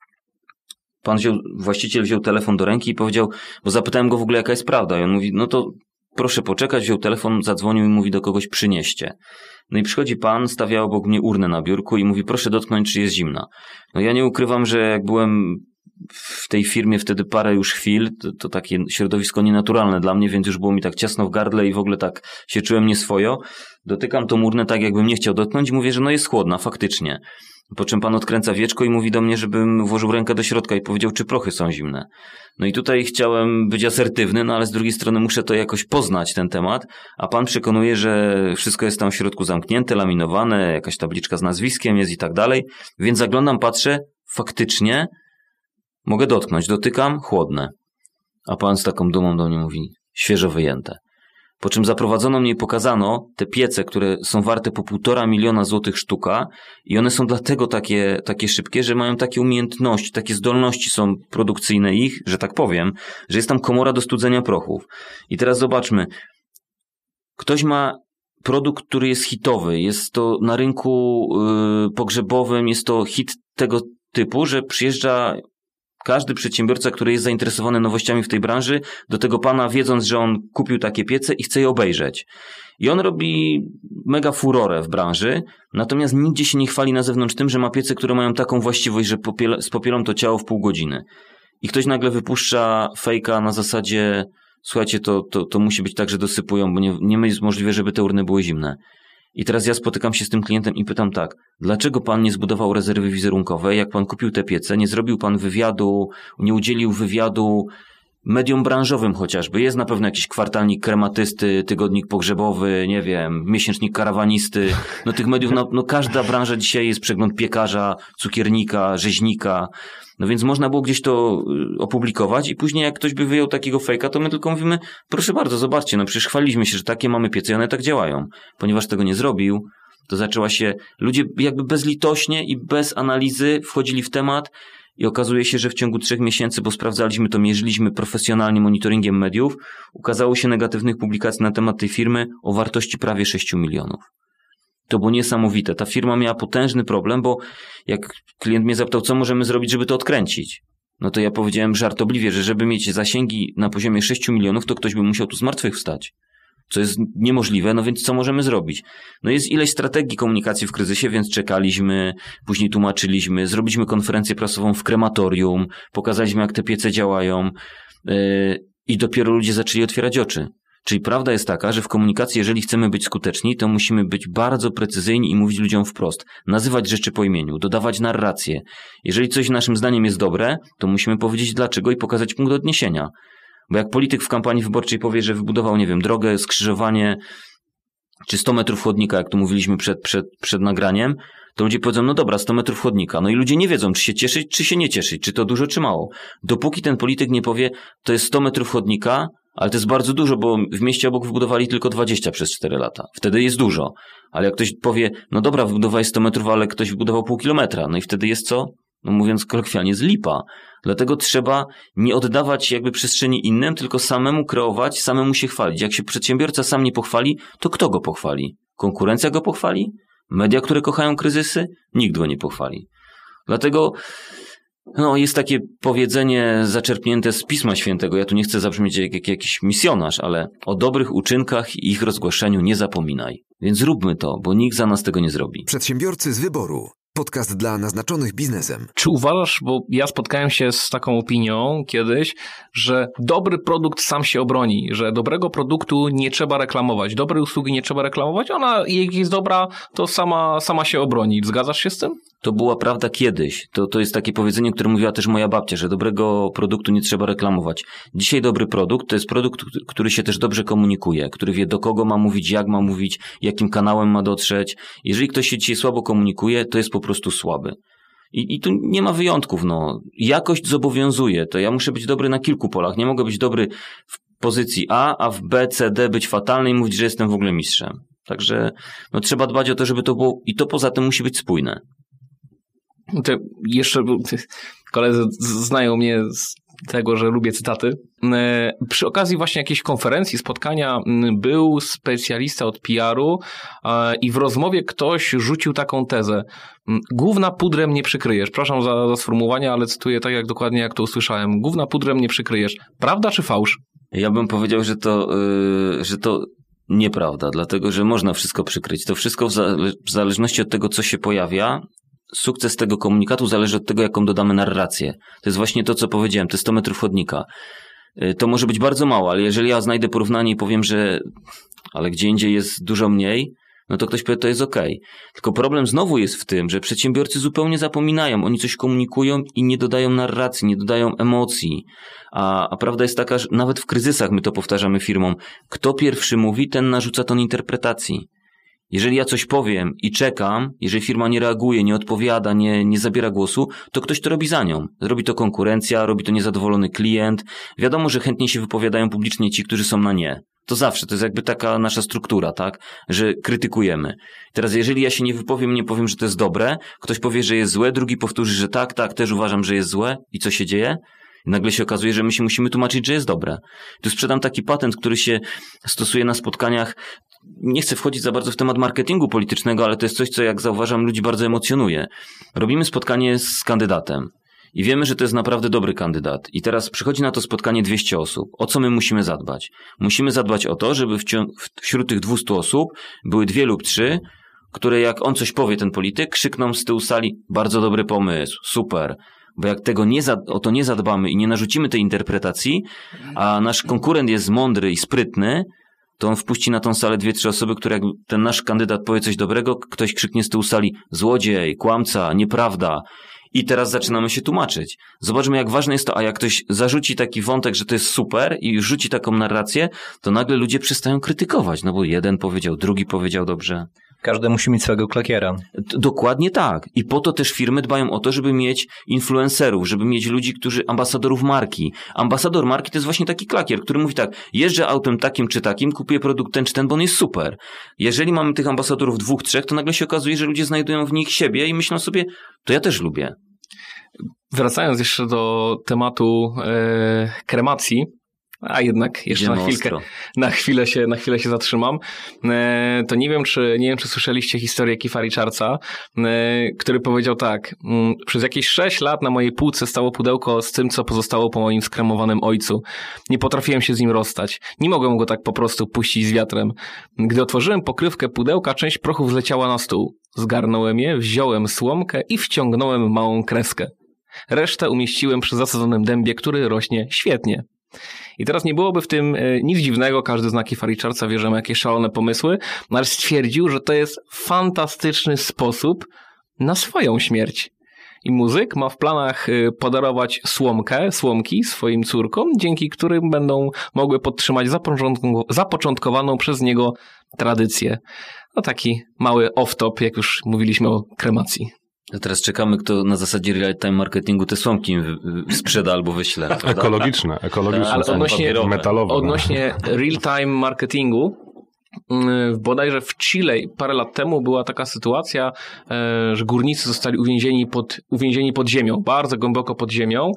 pan wziął, właściciel wziął telefon do ręki i powiedział, bo zapytałem go w ogóle jaka jest prawda i on mówi, no to proszę poczekać, wziął telefon, zadzwonił i mówi do kogoś przynieście. No i przychodzi pan, stawia obok mnie urnę na biurku i mówi proszę dotknąć, czy jest zimna. No ja nie ukrywam, że jak byłem w tej firmie wtedy parę już chwil, to, to takie środowisko nienaturalne dla mnie, więc już było mi tak ciasno w gardle i w ogóle tak się czułem nieswojo. Dotykam tą urnę tak, jakbym nie chciał dotknąć i mówię, że no jest chłodna, faktycznie. Po czym pan odkręca wieczko i mówi do mnie, żebym włożył rękę do środka i powiedział, czy prochy są zimne. No i tutaj chciałem być asertywny, no ale z drugiej strony muszę to jakoś poznać, ten temat, a pan przekonuje, że wszystko jest tam w środku zamknięte, laminowane, jakaś tabliczka z nazwiskiem jest i tak dalej, więc zaglądam, patrzę, faktycznie mogę dotknąć, dotykam, chłodne. A pan z taką dumą do mnie mówi, świeżo wyjęte. Po czym zaprowadzono mnie i pokazano te piece, które są warte po półtora miliona złotych sztuka i one są dlatego takie, takie szybkie, że mają takie umiejętności, takie zdolności są produkcyjne ich, że tak powiem, że jest tam komora do studzenia prochów. I teraz zobaczmy, ktoś ma produkt, który jest hitowy, jest to na rynku yy, pogrzebowym, jest to hit tego typu, że przyjeżdża każdy przedsiębiorca, który jest zainteresowany nowościami w tej branży, do tego pana wiedząc, że on kupił takie piece i chce je obejrzeć. I on robi mega furorę w branży, natomiast nigdzie się nie chwali na zewnątrz tym, że ma piece, które mają taką właściwość, że popiel- spopielą to ciało w pół godziny. I ktoś nagle wypuszcza fejka na zasadzie, słuchajcie, to, to, to musi być tak, że dosypują, bo nie, nie jest możliwe, żeby te urny były zimne. I teraz ja spotykam się z tym klientem i pytam tak, dlaczego pan nie zbudował rezerwy wizerunkowej, jak pan kupił te piece, nie zrobił pan wywiadu, nie udzielił wywiadu mediom branżowym chociażby. Jest na pewno jakiś kwartalnik krematysty, tygodnik pogrzebowy, nie wiem, miesięcznik karawanisty. No tych mediów, no, no każda branża dzisiaj jest przegląd piekarza, cukiernika, rzeźnika. No więc można było gdzieś to opublikować i później jak ktoś by wyjął takiego fejka, to my tylko mówimy, proszę bardzo, zobaczcie, no przecież chwaliliśmy się, że takie mamy piece i one tak działają. Ponieważ tego nie zrobił, to zaczęła się, ludzie jakby bezlitośnie i bez analizy wchodzili w temat i okazuje się, że w ciągu trzech miesięcy, bo sprawdzaliśmy to, mierzyliśmy profesjonalnie monitoringiem mediów, ukazało się negatywnych publikacji na temat tej firmy o wartości prawie sześciu milionów. To było niesamowite. Ta firma miała potężny problem, bo jak klient mnie zapytał, co możemy zrobić, żeby to odkręcić, no to ja powiedziałem żartobliwie, że żeby mieć zasięgi na poziomie sześciu milionów, to ktoś by musiał tu z martwych wstać. Co jest niemożliwe, no więc co możemy zrobić? No jest ileś strategii komunikacji w kryzysie, więc czekaliśmy, później tłumaczyliśmy, zrobiliśmy konferencję prasową w krematorium, pokazaliśmy, jak te piece działają yy, i dopiero ludzie zaczęli otwierać oczy. Czyli prawda jest taka, że w komunikacji, jeżeli chcemy być skuteczni, to musimy być bardzo precyzyjni i mówić ludziom wprost. Nazywać rzeczy po imieniu, dodawać narrację. Jeżeli coś naszym zdaniem jest dobre, to musimy powiedzieć dlaczego i pokazać punkt odniesienia. Bo jak polityk w kampanii wyborczej powie, że wybudował, nie wiem, drogę, skrzyżowanie czy sto metrów chodnika, jak tu mówiliśmy przed, przed, przed nagraniem, to ludzie powiedzą, no dobra, sto metrów chodnika. No i ludzie nie wiedzą, czy się cieszyć, czy się nie cieszyć, czy to dużo, czy mało. Dopóki ten polityk nie powie, to jest sto metrów chodnika, ale to jest bardzo dużo, bo w mieście obok wybudowali tylko dwadzieścia przez cztery lata. Wtedy jest dużo. Ale jak ktoś powie, no dobra, wybudowałeś sto metrów, ale ktoś wybudował pół kilometra. No i wtedy jest co? No mówiąc kolokwialnie, jest lipa. Dlatego trzeba nie oddawać jakby przestrzeni innym, tylko samemu kreować, samemu się chwalić. Jak się przedsiębiorca sam nie pochwali, to kto go pochwali? Konkurencja go pochwali? Media, które kochają kryzysy? Nikt go nie pochwali. Dlatego no, jest takie powiedzenie zaczerpnięte z Pisma Świętego. Ja tu nie chcę zabrzmieć jak, jak jakiś misjonarz, ale o dobrych uczynkach i ich rozgłaszaniu nie zapominaj. Więc zróbmy to, bo nikt za nas tego nie zrobi. Przedsiębiorcy z wyboru. Podcast dla naznaczonych biznesem. Czy uważasz, bo ja spotkałem się z taką opinią kiedyś, że dobry produkt sam się obroni, że dobrego produktu nie trzeba reklamować, dobrej usługi nie trzeba reklamować, ona jak jest dobra, to sama, sama się obroni. Zgadzasz się z tym? To była prawda kiedyś. To, to jest takie powiedzenie, które mówiła też moja babcia, że dobrego produktu nie trzeba reklamować. Dzisiaj dobry produkt to jest produkt, który się też dobrze komunikuje, który wie do kogo ma mówić, jak ma mówić, jakim kanałem ma dotrzeć. Jeżeli ktoś się dzisiaj słabo komunikuje, to jest po prostu słaby. I, I tu nie ma wyjątków. No. Jakość zobowiązuje. To ja muszę być dobry na kilku polach. Nie mogę być dobry w pozycji A, a w B, C, D być fatalny i mówić, że jestem w ogóle mistrzem. Także no, trzeba dbać o to, żeby to było i to poza tym musi być spójne. To jeszcze koledzy znają mnie z tego, że lubię cytaty. Przy okazji właśnie jakiejś konferencji, spotkania był specjalista od P R u i w rozmowie ktoś rzucił taką tezę. Gówna pudrem nie przykryjesz. Przepraszam za, za sformułowanie, ale cytuję tak jak dokładnie jak to usłyszałem. Gówna pudrem nie przykryjesz. Prawda czy fałsz? Ja bym powiedział, że to, yy, że to nieprawda, dlatego że można wszystko przykryć. To wszystko w, zale- w zależności od tego, co się pojawia, sukces tego komunikatu zależy od tego, jaką dodamy narrację. To jest właśnie to, co powiedziałem, te sto metrów chodnika. To może być bardzo mało, ale jeżeli ja znajdę porównanie i powiem, że ale gdzie indziej jest dużo mniej, no to ktoś powie, to jest okej. Tylko problem znowu jest w tym, że przedsiębiorcy zupełnie zapominają, oni coś komunikują i nie dodają narracji, nie dodają emocji. A, a prawda jest taka, że nawet w kryzysach my to powtarzamy firmom. Kto pierwszy mówi, ten narzuca ton interpretacji. Jeżeli ja coś powiem i czekam, jeżeli firma nie reaguje, nie odpowiada, nie, nie zabiera głosu, to ktoś to robi za nią. Robi to konkurencja, robi to niezadowolony klient. Wiadomo, że chętnie się wypowiadają publicznie ci, którzy są na nie. To zawsze, to jest jakby taka nasza struktura, tak? Że krytykujemy. Teraz jeżeli ja się nie wypowiem, nie powiem, że to jest dobre, ktoś powie, że jest złe, drugi powtórzy, że tak, tak, też uważam, że jest złe. I co się dzieje? I nagle się okazuje, że my się musimy tłumaczyć, że jest dobre. Tu sprzedam taki patent, który się stosuje na spotkaniach. Nie chcę wchodzić za bardzo w temat marketingu politycznego, ale to jest coś, co jak zauważam, ludzi bardzo emocjonuje. Robimy spotkanie z kandydatem i wiemy, że to jest naprawdę dobry kandydat. I teraz przychodzi na to spotkanie dwieście osób. O co my musimy zadbać? Musimy zadbać o to, żeby wcią- wśród tych dwustu osób były dwie lub trzy, które jak on coś powie, ten polityk, krzykną z tyłu sali, bardzo dobry pomysł, super. Bo jak tego nie za- o to nie zadbamy i nie narzucimy tej interpretacji, a nasz konkurent jest mądry i sprytny, to on wpuści na tą salę dwie, trzy osoby, które jak ten nasz kandydat powie coś dobrego, ktoś krzyknie z tyłu sali złodziej, kłamca, nieprawda. I teraz zaczynamy się tłumaczyć. Zobaczmy, jak ważne jest to, a jak ktoś zarzuci taki wątek, że to jest super i już rzuci taką narrację, to nagle ludzie przestają krytykować, no bo jeden powiedział, drugi powiedział dobrze. Każdy musi mieć swojego klakiera. D- dokładnie tak. I po to też firmy dbają o to, żeby mieć influencerów, żeby mieć ludzi, którzy, ambasadorów marki. Ambasador marki to jest właśnie taki klakier, który mówi tak, jeżdżę autem takim czy takim, kupuję produkt ten czy ten, bo on jest super. Jeżeli mamy tych ambasadorów dwóch, trzech, to nagle się okazuje, że ludzie znajdują w nich siebie i myślą sobie, to ja też lubię. Wracając jeszcze do tematu e, kremacji, a jednak jeszcze na chwilkę, na chwilę się, na chwilę się zatrzymam, e, to nie wiem, czy, nie wiem, czy słyszeliście historię Keitha Richardsa, e, który powiedział tak, m, przez jakieś sześć lat na mojej półce stało pudełko z tym, co pozostało po moim skremowanym ojcu. Nie potrafiłem się z nim rozstać. Nie mogłem go tak po prostu puścić z wiatrem. Gdy otworzyłem pokrywkę pudełka, część prochu zleciała na stół. Zgarnąłem je, wziąłem słomkę i wciągnąłem małą kreskę. Resztę umieściłem przy zasadzonym dębie, który rośnie świetnie. I teraz nie byłoby w tym nic dziwnego, każdy zna Keitha Richardsa, wie, że ma jakieś szalone pomysły, no ale stwierdził, że to jest fantastyczny sposób na swoją śmierć. I muzyk ma w planach podarować słomkę, słomki swoim córkom, dzięki którym będą mogły podtrzymać zapoczątkowaną przez niego tradycję. No taki mały off-top, jak już mówiliśmy o kremacji. A teraz czekamy, kto na zasadzie real-time marketingu te słomki sprzeda albo wyśle. Ekologiczne, ekologiczne, ale odnośnie, metalowe. Odnośnie real-time marketingu, bodajże w Chile parę lat temu była taka sytuacja, że górnicy zostali uwięzieni pod, uwięzieni pod ziemią, bardzo głęboko pod ziemią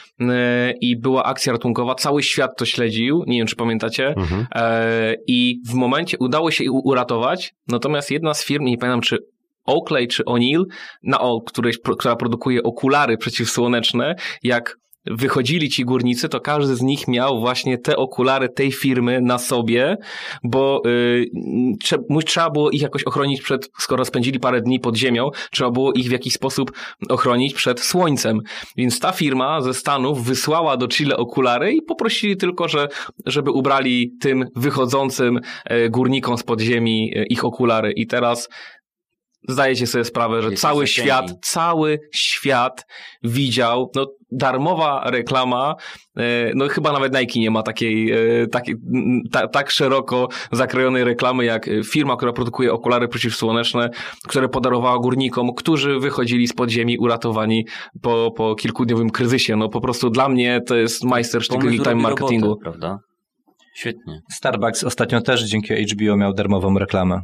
i była akcja ratunkowa, cały świat to śledził, nie wiem czy pamiętacie, mhm. I w momencie udało się ich uratować, natomiast jedna z firm, nie pamiętam czy Oakley czy O'Neill, na o, której, która produkuje okulary przeciwsłoneczne, jak wychodzili ci górnicy, to każdy z nich miał właśnie te okulary tej firmy na sobie, bo yy, trze- trzeba było ich jakoś ochronić przed, skoro spędzili parę dni pod ziemią, trzeba było ich w jakiś sposób ochronić przed słońcem. Więc ta firma ze Stanów wysłała do Chile okulary i poprosili tylko, że, żeby ubrali tym wychodzącym yy, górnikom spod ziemi yy, ich okulary. I teraz zdajecie sobie sprawę, że cały świat, cały świat widział, no darmowa reklama, no chyba nawet Nike nie ma takiej, takiej ta, tak szeroko zakrojonej reklamy jak firma, która produkuje okulary przeciwsłoneczne, które podarowała górnikom, którzy wychodzili z podziemi uratowani po, po kilkudniowym kryzysie. No po prostu dla mnie to jest majstersztyk real-time marketingu. Robotę, prawda? Świetnie. Starbucks ostatnio też dzięki H B O miał darmową reklamę.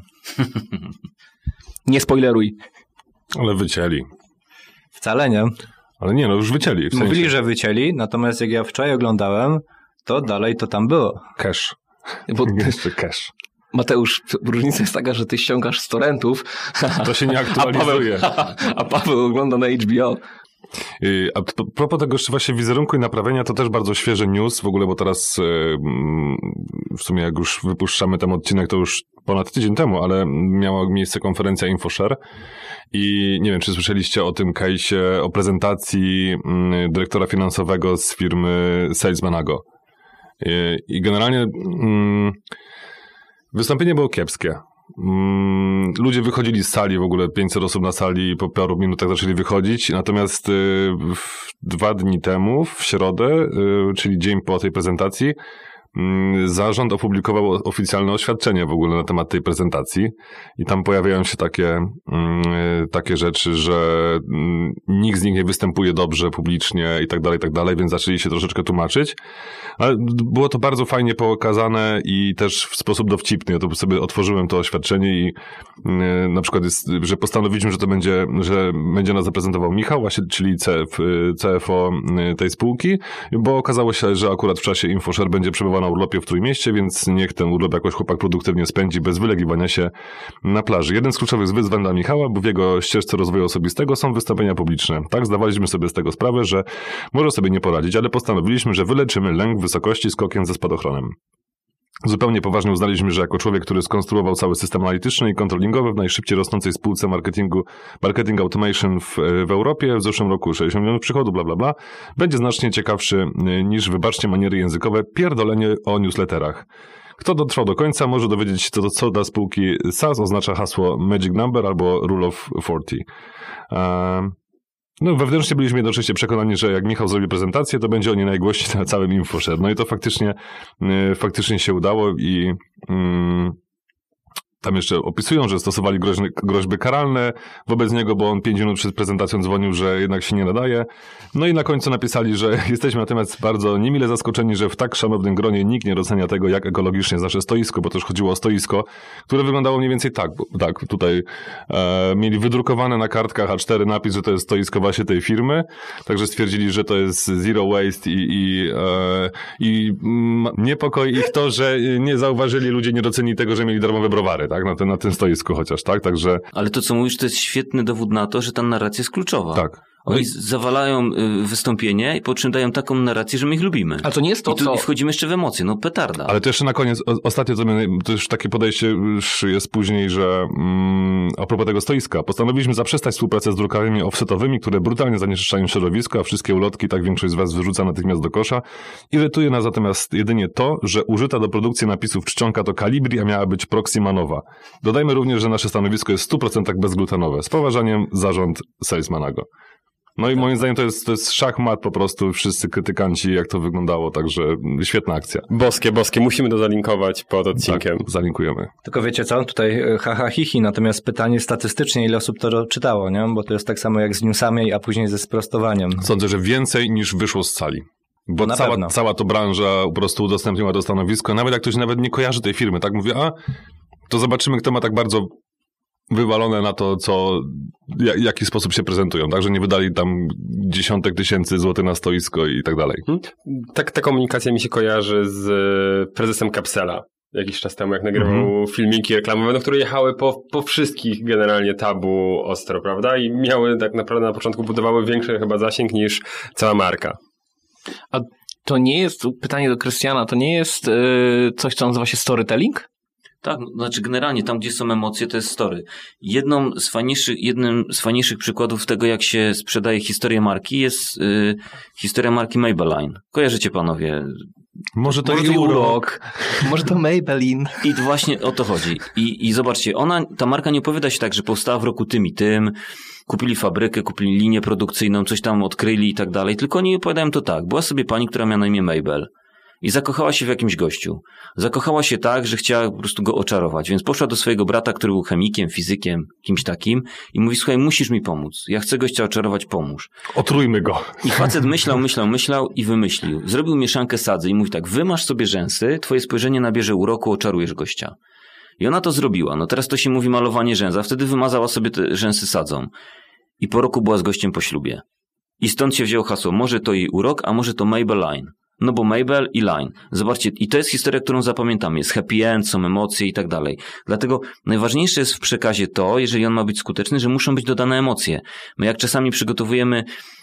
Nie spoileruj. Ale wycięli. Wcale nie. Ale nie, no już wycięli. W sensie. Mówili, że wycięli, natomiast jak ja wczoraj oglądałem, to dalej to tam było. Cash. Bo jeszcze cash. Mateusz, różnica jest taka, że ty ściągasz z torrentów. To się nie aktualizuje. A Paweł, a Paweł ogląda na H B O. A propos tego jeszcze właśnie wizerunku i naprawienia, to też bardzo świeży news w ogóle, bo teraz w sumie jak już wypuszczamy ten odcinek, to już ponad tydzień temu, ale miała miejsce konferencja InfoShare i nie wiem, czy słyszeliście o tym case'ie, o prezentacji dyrektora finansowego z firmy Salesmanago. I generalnie wystąpienie było kiepskie. Ludzie wychodzili z sali, w ogóle pięćset osób na sali, po paru minutach zaczęli wychodzić, natomiast dwa dni temu, w środę, czyli dzień po tej prezentacji, zarząd opublikował oficjalne oświadczenie w ogóle na temat tej prezentacji i tam pojawiają się takie, takie rzeczy, że nikt z nich nie występuje dobrze publicznie i tak dalej, i tak dalej, więc zaczęli się troszeczkę tłumaczyć, ale było to bardzo fajnie pokazane i też w sposób dowcipny. Ja to sobie otworzyłem to oświadczenie i na przykład jest, że postanowiliśmy, że to będzie, że będzie nas zaprezentował Michał, czyli C F O tej spółki, bo okazało się, że akurat w czasie InfoShare będzie przebywał na urlopie w Trójmieście, więc niech ten urlop jakoś chłopak produktywnie spędzi bez wylegiwania się na plaży. Jeden z kluczowych wyzwań dla Michała, bo w jego ścieżce rozwoju osobistego są wystąpienia publiczne. Tak, zdawaliśmy sobie z tego sprawę, że może sobie nie poradzić, ale postanowiliśmy, że wyleczymy lęk wysokości skokiem ze spadochronem. Zupełnie poważnie uznaliśmy, że jako człowiek, który skonstruował cały system analityczny i kontrolingowy w najszybciej rosnącej spółce marketingu, marketing automation w, w Europie w zeszłym roku sześćdziesiąt milionów przychodu, bla, bla, bla, będzie znacznie ciekawszy niż, wybaczcie maniery językowe, pierdolenie o newsletterach. Kto dotrwał do końca, może dowiedzieć się, co, co dla spółki SaaS oznacza hasło Magic Number albo Rule of czterdzieści. Um, No, wewnętrznie byliśmy jednocześnie przekonani, że jak Michał zrobi prezentację, to będzie o niej najgłośniej na całym InfoShare. No i to faktycznie, yy, faktycznie się udało i yy, tam jeszcze opisują, że stosowali groźby, groźby karalne wobec niego, bo on pięć minut przed prezentacją dzwonił, że jednak się nie nadaje. No i na końcu napisali, że jesteśmy natomiast bardzo niemile zaskoczeni, że w tak szanownym gronie nikt nie docenia tego, jak ekologicznie jest nasze stoisko, bo też chodziło o stoisko, które wyglądało mniej więcej tak. Bo, tak, tutaj e, mieli wydrukowane na kartkach A cztery napis, że to jest stoisko właśnie tej firmy, także stwierdzili, że to jest zero waste i, i, e, i m, niepokoi ich to, że nie zauważyli, ludzie nie docenili tego, że mieli darmowe browary. Tak, na, ten, na tym stoisku chociaż, tak, także... Ale to, co mówisz, to jest świetny dowód na to, że ta narracja jest kluczowa. Tak. Oni zawalają wystąpienie i po czym dają taką narrację, że my ich lubimy. A to nie jest to, I tu co... wchodzimy jeszcze w emocje, no petarda. Ale to jeszcze na koniec, ostatnie, co my, to już takie podejście już jest później, że mm, a propos tego stoiska, postanowiliśmy zaprzestać współpracy z drukarniami offsetowymi, które brutalnie zanieczyszczają środowisko, a wszystkie ulotki, tak większość z was wyrzuca natychmiast do kosza. Irytuje nas natomiast jedynie to, że użyta do produkcji napisów czcionka to Calibri, a miała być Proxima Nova. Dodajmy również, że nasze stanowisko jest w stu procentach bezglutenowe. Z poważaniem, zarząd Salesmanago. No i moim zdaniem to jest, to jest szachmat po prostu, wszyscy krytykanci, jak to wyglądało, także świetna akcja. Boskie, boskie, musimy to zalinkować pod odcinkiem. Tak, zalinkujemy. Tylko wiecie co, tutaj haha hihi, natomiast pytanie statystycznie, ile osób to czytało, nie? Bo to jest tak samo jak z newsami, a później ze sprostowaniem. Sądzę, że więcej niż wyszło z sali. Bo cała, cała to branża po prostu udostępniła to stanowisko, nawet jak ktoś nawet nie kojarzy tej firmy, tak mówi, a to zobaczymy, kto ma tak bardzo wywalone na to, co, w jaki sposób się prezentują, tak, że nie wydali tam dziesiątek tysięcy złotych na stoisko i tak dalej. Tak, ta komunikacja mi się kojarzy z prezesem Capsela. Jakiś czas temu, jak nagrywał mm-hmm. filmiki reklamowe, no, które jechały po, po wszystkich generalnie tabu ostro, prawda? I miały tak naprawdę na początku budowały większy chyba zasięg niż cała marka. A to nie jest, pytanie do Krystiana, to nie jest yy, coś, co nazywa się storytelling? Tak, znaczy generalnie tam, gdzie są emocje, to jest story. Jedną z fajniejszych, jednym z fajniejszych przykładów tego, jak się sprzedaje historię marki, jest yy, historia marki Maybelline. Kojarzycie panowie? Może to jest urok, może to Maybelline. I właśnie o to chodzi. I, I zobaczcie, ona, ta marka nie opowiada się tak, że powstała w roku tym i tym, kupili fabrykę, kupili linię produkcyjną, coś tam odkryli i tak dalej, tylko oni opowiadają to tak. Była sobie pani, która miała na imię Mabel. I zakochała się w jakimś gościu. Zakochała się tak, że chciała po prostu go oczarować. Więc poszła do swojego brata, który był chemikiem, fizykiem, kimś takim i mówi, słuchaj, musisz mi pomóc. Ja chcę gościa oczarować, pomóż. Otrójmy go. I facet myślał, myślał, myślał i wymyślił. Zrobił mieszankę sadzy i mówi tak, wymasz sobie rzęsy, twoje spojrzenie nabierze uroku, oczarujesz gościa. I ona to zrobiła. No teraz to się mówi malowanie rzęs, a wtedy wymazała sobie te rzęsy sadzą. I po roku była z gościem po ślubie. I stąd się wzięło hasło, może to jej urok, a może to Maybelline. No bo Mabel i Line. Zobaczcie, i to jest historia, którą zapamiętamy. Jest happy end, są emocje i tak dalej. Dlatego najważniejsze jest w przekazie to, jeżeli on ma być skuteczny, że muszą być dodane emocje. My jak czasami przygotowujemy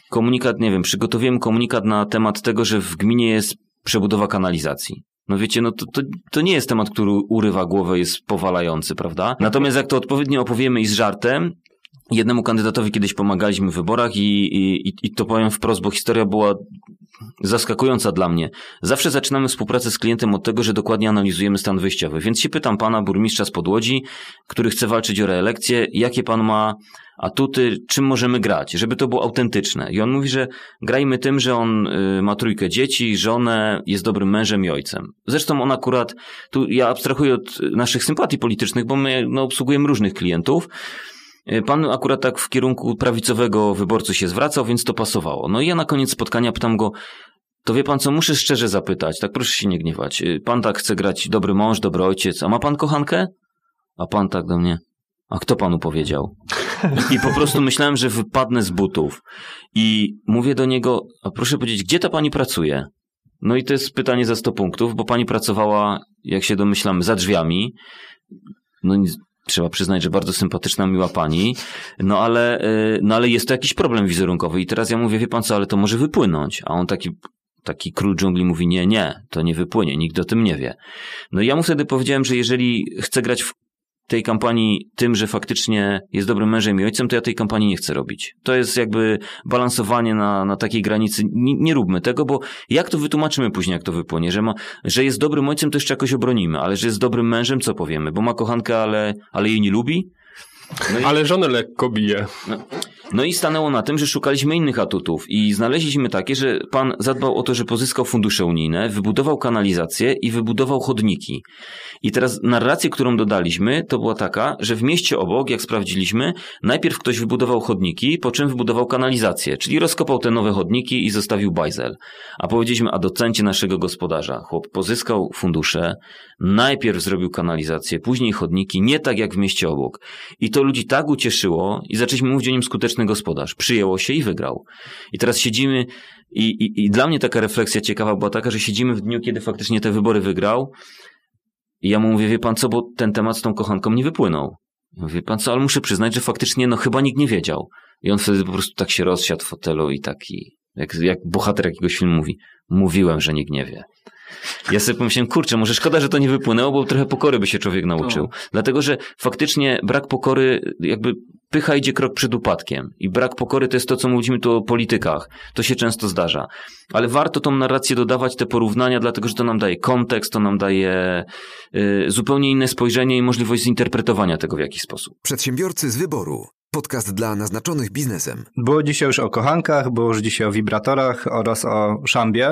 komunikat, nie wiem, przygotowujemy komunikat na temat tego, że w gminie jest przebudowa kanalizacji. No wiecie, no to, to, to nie jest temat, który urywa głowę, jest powalający, prawda? Natomiast jak to odpowiednio opowiemy i z żartem, jednemu kandydatowi kiedyś pomagaliśmy w wyborach i, i, i to powiem wprost, bo historia była zaskakująca dla mnie. Zawsze zaczynamy współpracę z klientem od tego, że dokładnie analizujemy stan wyjściowy. Więc się pytam pana burmistrza z Podłodzi, który chce walczyć o reelekcję, jakie pan ma atuty, czym możemy grać, żeby to było autentyczne. I on mówi, że grajmy tym, że on y, ma trójkę dzieci, żonę, jest dobrym mężem i ojcem. Zresztą on akurat, tu ja abstrahuję od naszych sympatii politycznych, bo my no, obsługujemy różnych klientów. Pan akurat tak w kierunku prawicowego wyborcy się zwracał, więc to pasowało. No i ja na koniec spotkania pytam go, to wie pan co, muszę szczerze zapytać, tak proszę się nie gniewać. Pan tak chce grać dobry mąż, dobry ojciec, a ma pan kochankę? A pan tak do mnie, a kto panu powiedział? I po prostu myślałem, że wypadnę z butów. I mówię do niego, a proszę powiedzieć, gdzie ta pani pracuje? No i to jest pytanie za sto punktów, bo pani pracowała, jak się domyślam, za drzwiami. No nic. Trzeba przyznać, że bardzo sympatyczna, miła pani, no ale, no ale jest to jakiś problem wizerunkowy i teraz ja mówię, wie pan co, ale to może wypłynąć, a on taki, taki król dżungli mówi, nie, nie, to nie wypłynie, nikt o tym nie wie. No i ja mu wtedy powiedziałem, że jeżeli chcę grać w tej kampanii tym, że faktycznie jest dobrym mężem i ojcem, to ja tej kampanii nie chcę robić. To jest jakby balansowanie na, na takiej granicy. Nie, nie róbmy tego, bo jak to wytłumaczymy później, jak to wypłynie, że, ma, że jest dobrym ojcem, to jeszcze jakoś obronimy, ale że jest dobrym mężem, co powiemy? Bo ma kochankę, ale, ale jej nie lubi? No i, ale żonę lekko bije. No, no i stanęło na tym, że szukaliśmy innych atutów i znaleźliśmy takie, że pan zadbał o to, że pozyskał fundusze unijne, wybudował kanalizację i wybudował chodniki. I teraz narrację, którą dodaliśmy, to była taka, że w mieście obok, jak sprawdziliśmy, najpierw ktoś wybudował chodniki, po czym wybudował kanalizację, czyli rozkopał te nowe chodniki i zostawił bajzel. A powiedzieliśmy, a docencie naszego gospodarza. Chłop pozyskał fundusze, najpierw zrobił kanalizację, później chodniki, nie tak jak w mieście obok. I to ludzi tak ucieszyło i zaczęliśmy mówić o nim skuteczny gospodarz. Przyjęło się i wygrał. I teraz siedzimy i, i, i dla mnie taka refleksja ciekawa była taka, że siedzimy w dniu, kiedy faktycznie te wybory wygrał i ja mu mówię, wie pan co, bo ten temat z tą kochanką nie wypłynął. Wie pan co, ale muszę przyznać, że faktycznie no chyba nikt nie wiedział. I on wtedy po prostu tak się rozsiadł w fotelu i taki, jak, jak bohater jakiegoś filmu mówi, mówiłem, że nikt nie wie. Ja sobie pomyślałem, kurczę, może szkoda, że to nie wypłynęło, bo trochę pokory by się człowiek nauczył. No. Dlatego, że faktycznie brak pokory, jakby pycha idzie krok przed upadkiem. I brak pokory to jest to, co mówimy tu o politykach. To się często zdarza. Ale warto tą narrację dodawać, te porównania, dlatego, że to nam daje kontekst, to nam daje y, zupełnie inne spojrzenie i możliwość zinterpretowania tego w jakiś sposób. Przedsiębiorcy z wyboru. Podcast dla naznaczonych biznesem. Było dzisiaj już o kochankach, było już dzisiaj o wibratorach oraz o szambie,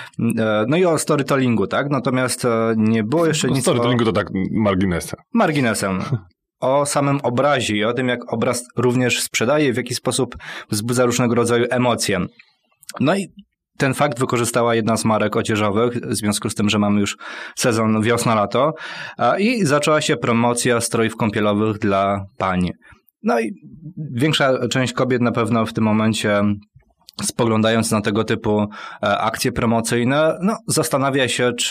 no i o storytellingu, tak? Natomiast nie było jeszcze o nic storytellingu o... to tak marginesem. Marginesem. O samym obrazie i o tym, jak obraz również sprzedaje, w jaki sposób wzbudza różnego rodzaju emocje. No i ten fakt wykorzystała jedna z marek odzieżowych, w związku z tym, że mamy już sezon wiosna-lato i zaczęła się promocja strojów kąpielowych dla pań. No i większa część kobiet na pewno w tym momencie, spoglądając na tego typu akcje promocyjne, no zastanawia się, czy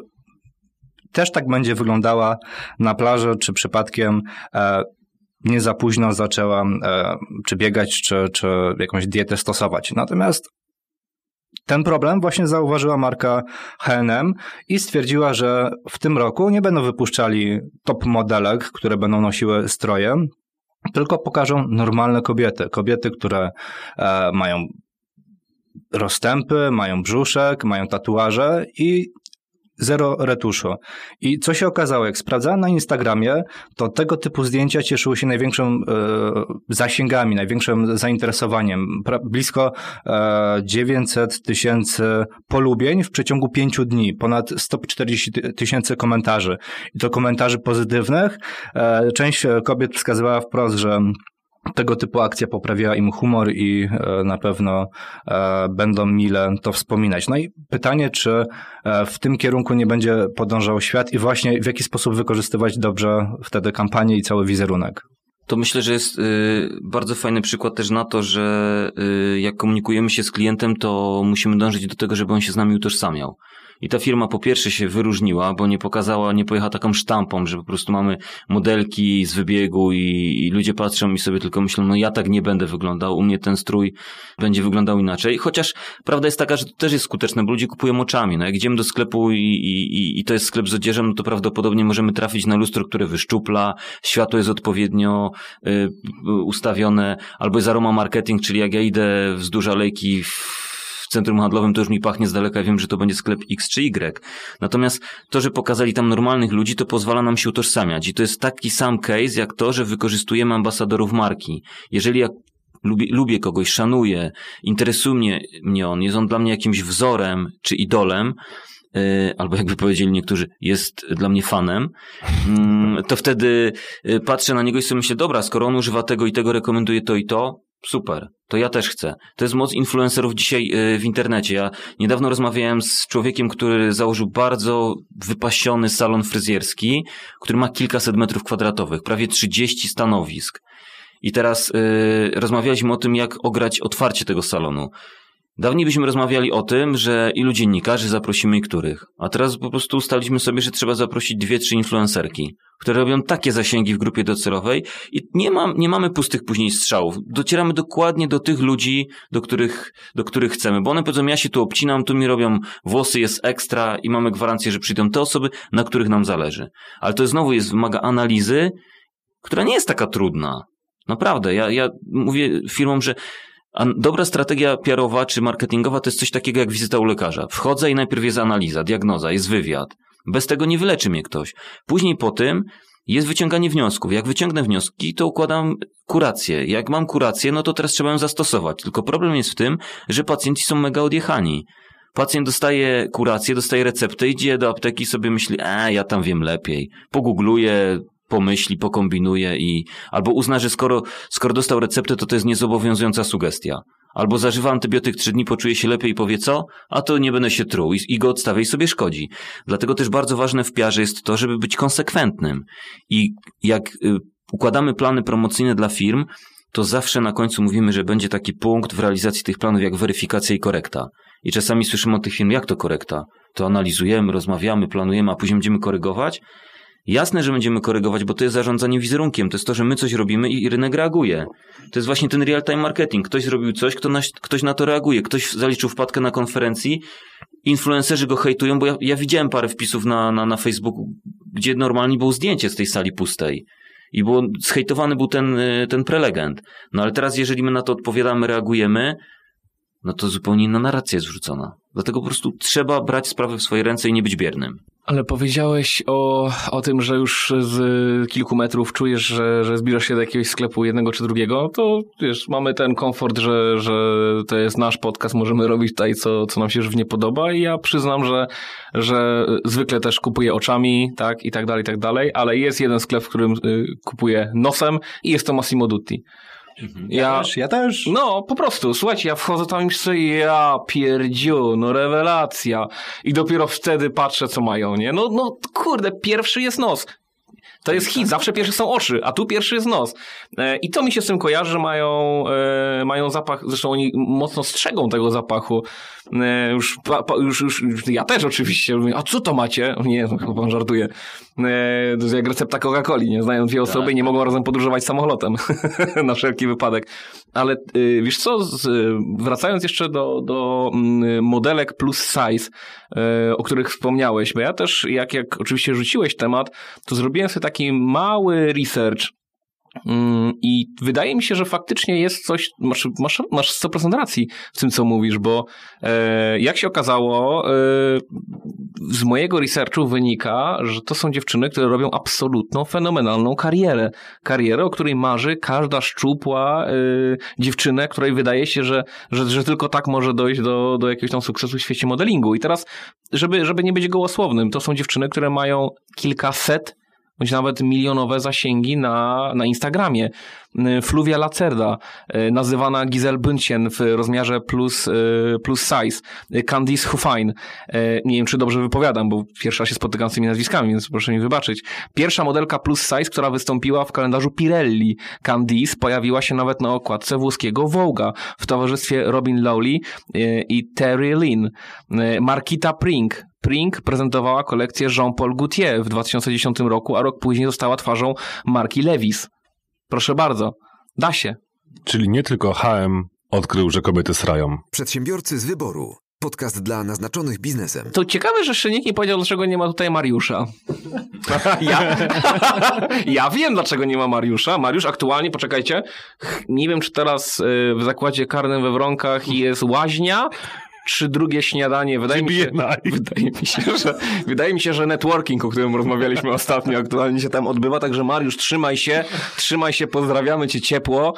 też tak będzie wyglądała na plaży, czy przypadkiem nie za późno zaczęła czy biegać, czy, czy jakąś dietę stosować. Natomiast ten problem właśnie zauważyła marka H and M i stwierdziła, że w tym roku nie będą wypuszczali top modelek, które będą nosiły stroje, tylko pokażą normalne kobiety. Kobiety, które e, mają rozstępy, mają brzuszek, mają tatuaże i zero retuszu. I co się okazało, jak sprawdzałem na Instagramie, to tego typu zdjęcia cieszyły się największym e, zasięgami, największym zainteresowaniem. Pra, blisko e, dziewięćset tysięcy polubień w przeciągu pięciu dni, ponad sto czterdzieści tysięcy komentarzy. I to komentarzy pozytywnych. E, część kobiet wskazywała wprost, że tego typu akcja poprawiała im humor i na pewno będą mile to wspominać. No i pytanie, czy w tym kierunku nie będzie podążał świat i właśnie w jaki sposób wykorzystywać dobrze wtedy kampanię i cały wizerunek? To myślę, że jest y, bardzo fajny przykład też na to, że y, jak komunikujemy się z klientem, to musimy dążyć do tego, żeby on się z nami utożsamiał. I ta firma po pierwsze się wyróżniła, bo nie pokazała, nie pojechała taką sztampą, że po prostu mamy modelki z wybiegu i, i ludzie patrzą i sobie tylko myślą, no ja tak nie będę wyglądał, u mnie ten strój będzie wyglądał inaczej. Chociaż prawda jest taka, że to też jest skuteczne, bo ludzie kupują oczami. No jak idziemy do sklepu i, i, i to jest sklep z odzieżą, no to prawdopodobnie możemy trafić na lustro, które wyszczupla, światło jest odpowiednio y, ustawione, albo jest aroma marketing, czyli jak ja idę wzdłuż alejki w w centrum handlowym, to już mi pachnie z daleka, wiem, że to będzie sklep X czy Y. Natomiast to, że pokazali tam normalnych ludzi, to pozwala nam się utożsamiać. I to jest taki sam case, jak to, że wykorzystujemy ambasadorów marki. Jeżeli ja lubię, lubię kogoś, szanuję, interesuje mnie, mnie on, jest on dla mnie jakimś wzorem czy idolem, yy, albo jakby powiedzieli niektórzy, jest dla mnie fanem, yy, to wtedy yy, patrzę na niego i sobie myślę, dobra, skoro on używa tego i tego, rekomenduje to i to, super, to ja też chcę. To jest moc influencerów dzisiaj w internecie. Ja niedawno rozmawiałem z człowiekiem, który założył bardzo wypasiony salon fryzjerski, który ma kilkaset metrów kwadratowych, prawie trzydzieści stanowisk. I teraz yy, rozmawialiśmy o tym, jak ograć otwarcie tego salonu. Dawniej byśmy rozmawiali o tym, że ilu dziennikarzy zaprosimy i których. A teraz po prostu ustaliliśmy sobie, że trzeba zaprosić dwie, trzy influencerki, które robią takie zasięgi w grupie docelowej i nie, ma, nie mamy pustych później strzałów. Docieramy dokładnie do tych ludzi, do których, do których chcemy. Bo one powiedzą, ja się tu obcinam, tu mi robią włosy, jest ekstra i mamy gwarancję, że przyjdą te osoby, na których nam zależy. Ale to znowu jest, wymaga analizy, która nie jest taka trudna. Naprawdę. Ja, ja mówię firmom, że a dobra strategia P R-owa czy marketingowa to jest coś takiego jak wizyta u lekarza. Wchodzę i najpierw jest analiza, diagnoza, jest wywiad. Bez tego nie wyleczy mnie ktoś. Później po tym jest wyciąganie wniosków. Jak wyciągnę wnioski, to układam kurację. Jak mam kurację, no to teraz trzeba ją zastosować. Tylko problem jest w tym, że pacjenci są mega odjechani. Pacjent dostaje kurację, dostaje receptę, idzie do apteki i sobie myśli, e, ja tam wiem lepiej. Pogoogluje, pomyśli, pokombinuje i albo uzna, że skoro, skoro dostał receptę, to to jest niezobowiązująca sugestia. Albo zażywa antybiotyk trzy dni, poczuje się lepiej i powie co? A to nie będę się truł i, i go odstawia i sobie szkodzi. Dlatego też bardzo ważne w P R-ze jest to, żeby być konsekwentnym. I jak y, układamy plany promocyjne dla firm, to zawsze na końcu mówimy, że będzie taki punkt w realizacji tych planów jak weryfikacja i korekta. I czasami słyszymy od tych firm, jak to korekta? To analizujemy, rozmawiamy, planujemy, a później będziemy korygować. Jasne, że będziemy korygować, bo to jest zarządzanie wizerunkiem. To jest to, że my coś robimy i rynek reaguje. To jest właśnie ten real-time marketing. Ktoś zrobił coś, kto na, ktoś na to reaguje. Ktoś zaliczył wpadkę na konferencji, influencerzy go hejtują, bo ja, ja widziałem parę wpisów na, na, na Facebooku, gdzie normalnie było zdjęcie z tej sali pustej. I było, zhejtowany był ten, ten prelegent. No ale teraz, jeżeli my na to odpowiadamy, reagujemy, no to zupełnie inna narracja jest wrzucona. Dlatego po prostu trzeba brać sprawy w swoje ręce i nie być biernym. Ale powiedziałeś o, o tym, że już z kilku metrów czujesz, że, że zbliżasz się do jakiegoś sklepu jednego czy drugiego, to wiesz, mamy ten komfort, że, że to jest nasz podcast, możemy robić tutaj, co, co nam się żywnie podoba i ja przyznam, że, że zwykle też kupuję oczami, tak, i tak dalej, i tak dalej, ale jest jeden sklep, w którym y, kupuję nosem i jest to Massimo Dutti. Ja, ja też, ja też. No, po prostu, słuchajcie, ja wchodzę tam i myślę, ja pierdziu, no rewelacja. I dopiero wtedy patrzę, co mają, nie? No, no kurde, pierwszy jest nos. To jest hit, zawsze pierwsze są oczy, a tu pierwszy jest nos. E, I to mi się z tym kojarzy, że mają, e, mają zapach, zresztą oni mocno strzegą tego zapachu. E, już, pa, pa, już, już, już ja też oczywiście. A co to macie? Nie, chyba pan żartuje. E, to jest jak recepta Coca-Coli, nie? Znają dwie osoby tak. I nie mogą razem podróżować samolotem. Na wszelki wypadek. Ale e, wiesz co, z, wracając jeszcze do, do modelek plus size, e, o których wspomniałeś, bo ja też, jak, jak oczywiście rzuciłeś temat, to zrobiłem sobie taki mały research i wydaje mi się, że faktycznie jest coś, masz, masz, masz sto procent racji w tym, co mówisz, bo e, jak się okazało, e, z mojego researchu wynika, że to są dziewczyny, które robią absolutną, fenomenalną karierę. Karierę, o której marzy każda szczupła e, dziewczyna, której wydaje się, że, że, że tylko tak może dojść do, do jakiegoś tam sukcesu w świecie modelingu. I teraz, żeby, żeby nie być gołosłownym, to są dziewczyny, które mają kilkaset bądź nawet milionowe zasięgi na, na Instagramie. Fluvia Lacerda, nazywana Giselle Bündchen w rozmiarze plus, plus size. Candice Huffine. Nie wiem, czy dobrze wypowiadam, bo pierwszy raz się spotykam z tymi nazwiskami, więc proszę mi wybaczyć. Pierwsza modelka plus size, która wystąpiła w kalendarzu Pirelli. Candice pojawiła się nawet na okładce włoskiego Vogue'a w towarzystwie Robin Lawley i Terry Lynn. Markita Pring, Pring prezentowała kolekcję Jean-Paul Gaultier w dwa tysiące dziesiątym roku, a rok później została twarzą marki Levi's. Proszę bardzo, da się. Czyli nie tylko H and M odkrył, że kobiety srają. Przedsiębiorcy z wyboru. Podcast dla naznaczonych biznesem. To ciekawe, że jeszcze nikt nie powiedział, dlaczego nie ma tutaj Mariusza. Ja, ja wiem, dlaczego nie ma Mariusza. Mariusz aktualnie, poczekajcie, nie wiem, czy teraz w zakładzie karnym we Wronkach jest łaźnia, czy drugie śniadanie. Wydaje mi się, wydaje mi się, że, wydaje mi się, że networking, o którym rozmawialiśmy ostatnio, aktualnie się tam odbywa. Także Mariusz, trzymaj się, trzymaj się, pozdrawiamy cię ciepło.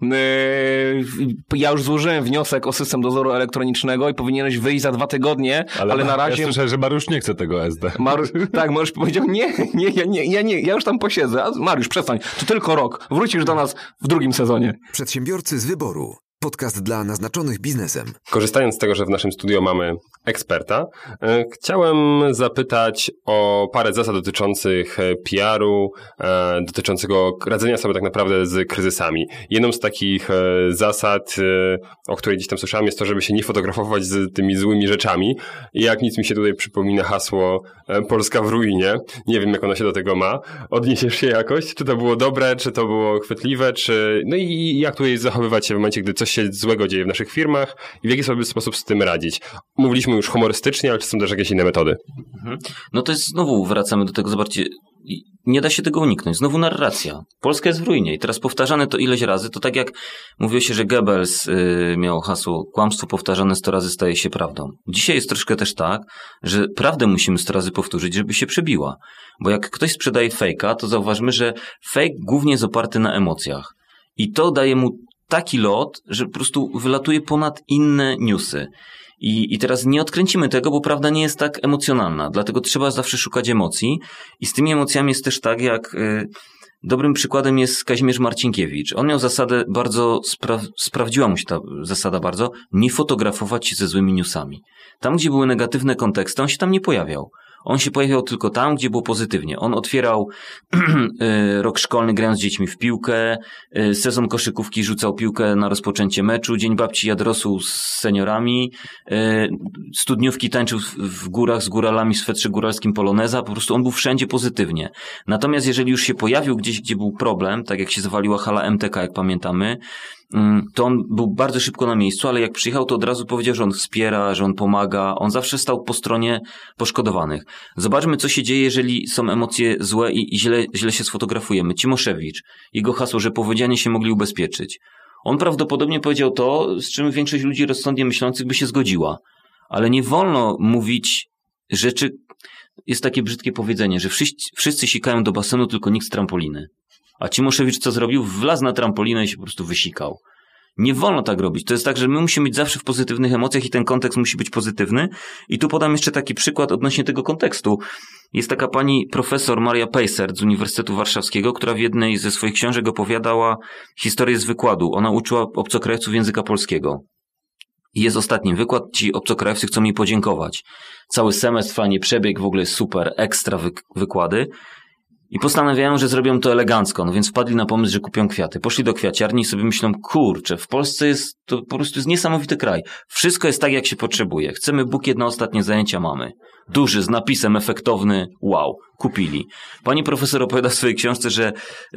Ja już złożyłem wniosek o system dozoru elektronicznego i powinieneś wyjść za dwa tygodnie, ale, ale na razie... Ja słyszę, że Mariusz nie chce tego S D. Mariusz, tak, Mariusz powiedział, nie, nie, ja nie, ja nie, ja już tam posiedzę. A Mariusz, przestań, to tylko rok. Wrócisz do nas w drugim sezonie. Przedsiębiorcy z wyboru. Podcast dla naznaczonych biznesem. Korzystając z tego, że w naszym studio mamy eksperta, chciałem zapytać o parę zasad dotyczących P R u, dotyczącego radzenia sobie tak naprawdę z kryzysami. Jedną z takich zasad, o której gdzieś tam słyszałem, jest to, żeby się nie fotografować z tymi złymi rzeczami. I jak nic mi się tutaj przypomina hasło Polska w ruinie. Nie wiem, jak ono się do tego ma. Odniesiesz się jakoś? Czy to było dobre, czy to było chwytliwe, czy... No i jak tutaj zachowywać się w momencie, gdy coś się złego dzieje w naszych firmach i w jaki sobie sposób z tym radzić. Mówiliśmy już humorystycznie, ale czy są też jakieś inne metody? No to jest znowu, wracamy do tego, zobaczcie, nie da się tego uniknąć. Znowu narracja. Polska jest w ruinie i teraz powtarzane to ileś razy, to tak jak mówiło się, że Goebbels yy, miał hasło, kłamstwo powtarzane sto razy staje się prawdą. Dzisiaj jest troszkę też tak, że prawdę musimy sto razy powtórzyć, żeby się przebiła. Bo jak ktoś sprzedaje fejka, to zauważmy, że fake głównie jest oparty na emocjach. I to daje mu taki lot, że po prostu wylatuje ponad inne newsy. I, I teraz nie odkręcimy tego, bo prawda nie jest tak emocjonalna. Dlatego trzeba zawsze szukać emocji. I z tymi emocjami jest też tak, jak y, dobrym przykładem jest Kazimierz Marcinkiewicz. On miał zasadę bardzo, spra- sprawdziła mu się ta zasada bardzo, nie fotografować się ze złymi newsami. Tam, gdzie były negatywne konteksty, on się tam nie pojawiał. On się pojawiał tylko tam, gdzie było pozytywnie. On otwierał rok szkolny grając z dziećmi w piłkę, sezon koszykówki rzucał piłkę na rozpoczęcie meczu, Dzień Babci jadł rosół z seniorami, studniówki tańczył w górach z góralami w swetrze góralskim poloneza, po prostu on był wszędzie pozytywnie. Natomiast jeżeli już się pojawił gdzieś, gdzie był problem, tak jak się zawaliła hala M T K, jak pamiętamy, to on był bardzo szybko na miejscu, ale jak przyjechał, to od razu powiedział, że on wspiera, że on pomaga, on zawsze stał po stronie poszkodowanych. Zobaczmy, co się dzieje, jeżeli są emocje złe i, i źle, źle się sfotografujemy. Cimoszewicz, jego hasło, że powiedzianie się mogli ubezpieczyć. On prawdopodobnie powiedział to, z czym większość ludzi rozsądnie myślących by się zgodziła. Ale nie wolno mówić rzeczy, jest takie brzydkie powiedzenie, że wszyscy, wszyscy sikają do basenu, tylko nikt z trampoliny. A Cimoszewicz co zrobił? Wlazł na trampolinę i się po prostu wysikał. Nie wolno tak robić. To jest tak, że my musimy być zawsze w pozytywnych emocjach i ten kontekst musi być pozytywny. I tu podam jeszcze taki przykład odnośnie tego kontekstu. Jest taka pani profesor Maria Pejsert z Uniwersytetu Warszawskiego, która w jednej ze swoich książek opowiadała historię z wykładu. Ona uczyła obcokrajowców języka polskiego. I jest ostatni wykład, ci obcokrajowcy chcą jej podziękować. Cały semestr fajnie przebiegł, w ogóle jest super, ekstra wy- wykłady. I postanawiają, że zrobią to elegancko, no więc wpadli na pomysł, że kupią kwiaty. Poszli do kwiaciarni i sobie myślą, kurczę, w Polsce jest, to po prostu jest niesamowity kraj. Wszystko jest tak, jak się potrzebuje. Chcemy bukiet na ostatnie zajęcia, mamy. Duży, z napisem efektowny, wow, kupili. Pani profesor opowiada w swojej książce, że,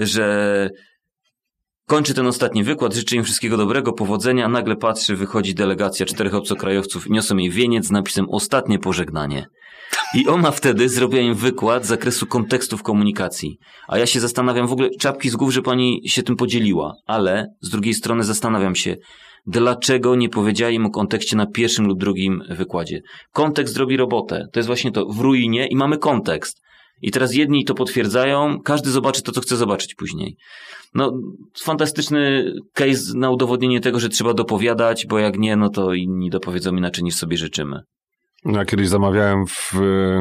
że kończy ten ostatni wykład, życzy im wszystkiego dobrego, powodzenia, nagle patrzy, wychodzi delegacja czterech obcokrajowców i niosą jej wieniec z napisem ostatnie pożegnanie. I ona wtedy zrobiła im wykład z zakresu kontekstów komunikacji. A ja się zastanawiam, w ogóle czapki z głów, że pani się tym podzieliła, ale z drugiej strony zastanawiam się, dlaczego nie powiedziała im o kontekście na pierwszym lub drugim wykładzie. Kontekst robi robotę. To jest właśnie to, w ruinie i mamy kontekst. I teraz jedni to potwierdzają, każdy zobaczy to, co chce zobaczyć później. No, fantastyczny case na udowodnienie tego, że trzeba dopowiadać, bo jak nie, no to inni dopowiedzą inaczej niż sobie życzymy. Ja kiedyś zamawiałem w,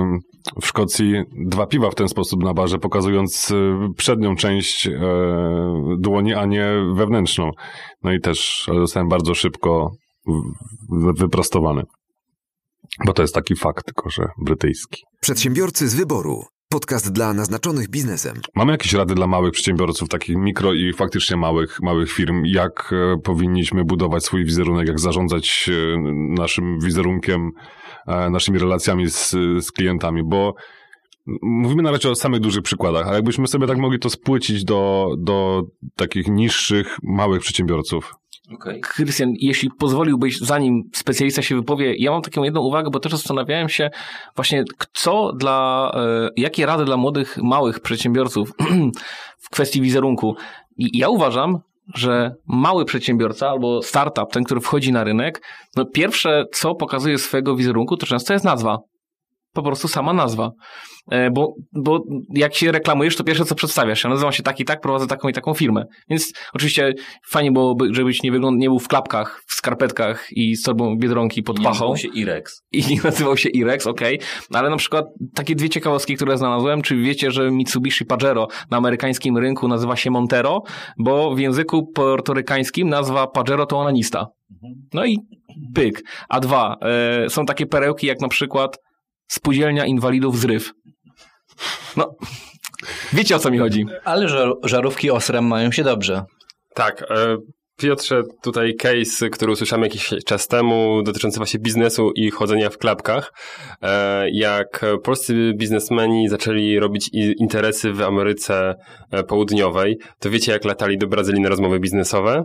w Szkocji dwa piwa w ten sposób na barze, pokazując przednią część e, dłoni, a nie wewnętrzną. No i też zostałem bardzo szybko wyprostowany. Bo to jest taki fakt, tylko że brytyjski. Przedsiębiorcy z wyboru. Podcast dla naznaczonych biznesem. Mamy jakieś rady dla małych przedsiębiorców, takich mikro i faktycznie małych, małych firm, jak powinniśmy budować swój wizerunek, jak zarządzać naszym wizerunkiem naszymi relacjami z, z klientami, bo mówimy na razie o samych dużych przykładach, ale jakbyśmy sobie tak mogli to spłycić do, do takich niższych, małych przedsiębiorców. Okay. Krystian, jeśli pozwoliłbyś, zanim specjalista się wypowie, ja mam taką jedną uwagę, bo też zastanawiałem się właśnie, co dla, jakie rady dla młodych, małych przedsiębiorców w kwestii wizerunku. I ja uważam, że mały przedsiębiorca albo startup, ten, który wchodzi na rynek, no pierwsze, co pokazuje swojego wizerunku, to często jest nazwa. Po prostu sama nazwa. Bo, bo jak się reklamujesz, to pierwsze co przedstawiasz. Ja nazywam się tak i tak, prowadzę taką i taką firmę. Więc oczywiście fajnie byłoby, żebyś nie, wygląd- nie był w klapkach, w skarpetkach i z torbą Biedronki pod I pachą. nazywał się Irex. I nie nazywał się Irex, okej. Okay. Ale na przykład takie dwie ciekawostki, które znalazłem. Czy wiecie, że Mitsubishi Pajero na amerykańskim rynku nazywa się Montero, bo w języku portorykańskim nazwa Pajero to onanista. No i pyk. A dwa, e, są takie perełki jak na przykład Spółdzielnia Inwalidów Zryw. No, wiecie o co mi chodzi. Ale żar- żarówki Osram mają się dobrze. Tak, e, Piotrze, tutaj case, który usłyszałem jakiś czas temu, dotyczący właśnie biznesu i chodzenia w klapkach. E, jak polscy biznesmeni zaczęli robić interesy w Ameryce Południowej, to wiecie jak latali do Brazylii na rozmowy biznesowe?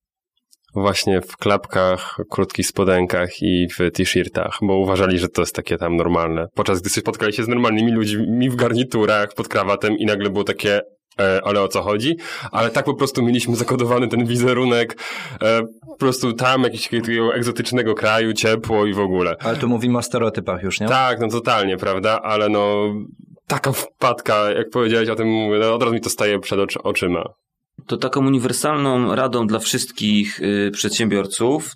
Właśnie w klapkach, krótkich spodenkach i w t-shirtach, bo uważali, że to jest takie tam normalne. Podczas gdy spotkali się z normalnymi ludźmi w garniturach, pod krawatem i nagle było takie, e, ale o co chodzi? Ale tak po prostu mieliśmy zakodowany ten wizerunek, e, po prostu tam jakiegoś takiego egzotycznego kraju, ciepło i w ogóle. Ale tu mówimy o stereotypach już, nie? Tak, no totalnie, prawda? Ale no, taka wpadka, jak powiedziałeś o tym, mówię, no od razu mi to staje przed oczy, oczyma. To taką uniwersalną radą dla wszystkich y, przedsiębiorców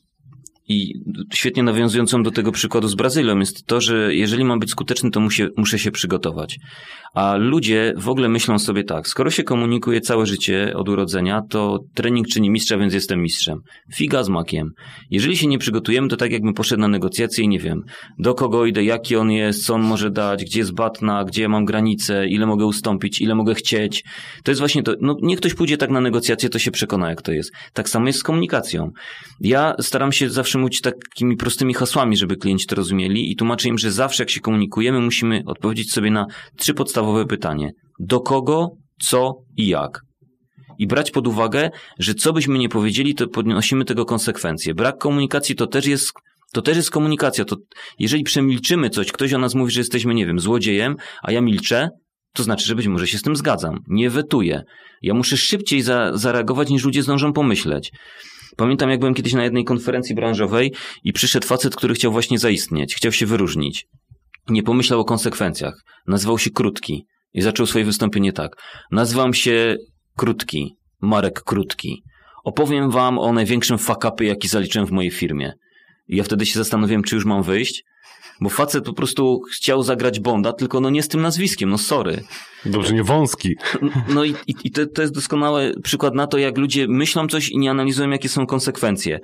i świetnie nawiązującą do tego przykładu z Brazylią jest to, że jeżeli mam być skuteczny, to muszę, muszę się przygotować. A ludzie w ogóle myślą sobie tak, skoro się komunikuję całe życie od urodzenia, to trening czyni mistrza, więc jestem mistrzem. Figa z makiem. Jeżeli się nie przygotujemy, to tak jakbym poszedł na negocjacje i nie wiem, do kogo idę, jaki on jest, co on może dać, gdzie jest batna, gdzie ja mam granice, ile mogę ustąpić, ile mogę chcieć. To jest właśnie to, no niech ktoś pójdzie tak na negocjacje, to się przekona, jak to jest. Tak samo jest z komunikacją. Ja staram się zawsze mówić takimi prostymi hasłami, żeby klienci to rozumieli i tłumaczę im, że zawsze jak się komunikujemy, musimy odpowiedzieć sobie na trzy podstawowe pytanie. Do kogo, co i jak. I brać pod uwagę, że co byśmy nie powiedzieli, to podnosimy tego konsekwencje. Brak komunikacji to też jest, to też jest komunikacja. To jeżeli przemilczymy coś, ktoś o nas mówi, że jesteśmy, nie wiem, złodziejem, a ja milczę, to znaczy, że być może się z tym zgadzam. Nie wetuję. Ja muszę szybciej za, zareagować, niż ludzie zdążą pomyśleć. Pamiętam, jak byłem kiedyś na jednej konferencji branżowej i przyszedł facet, który chciał właśnie zaistnieć, chciał się wyróżnić. Nie pomyślał o konsekwencjach. Nazywał się Krótki i zaczął swoje wystąpienie tak. Nazywam się Krótki, Marek Krótki. Opowiem wam o największym fuck-upie, jaki zaliczyłem w mojej firmie. I ja wtedy się zastanowiłem, czy już mam wyjść, bo facet po prostu chciał zagrać Bonda, tylko no nie z tym nazwiskiem, no sorry. Dobrze, nie wąski. No i, i, i to, to jest doskonały przykład na to, jak ludzie myślą coś i nie analizują, jakie są konsekwencje.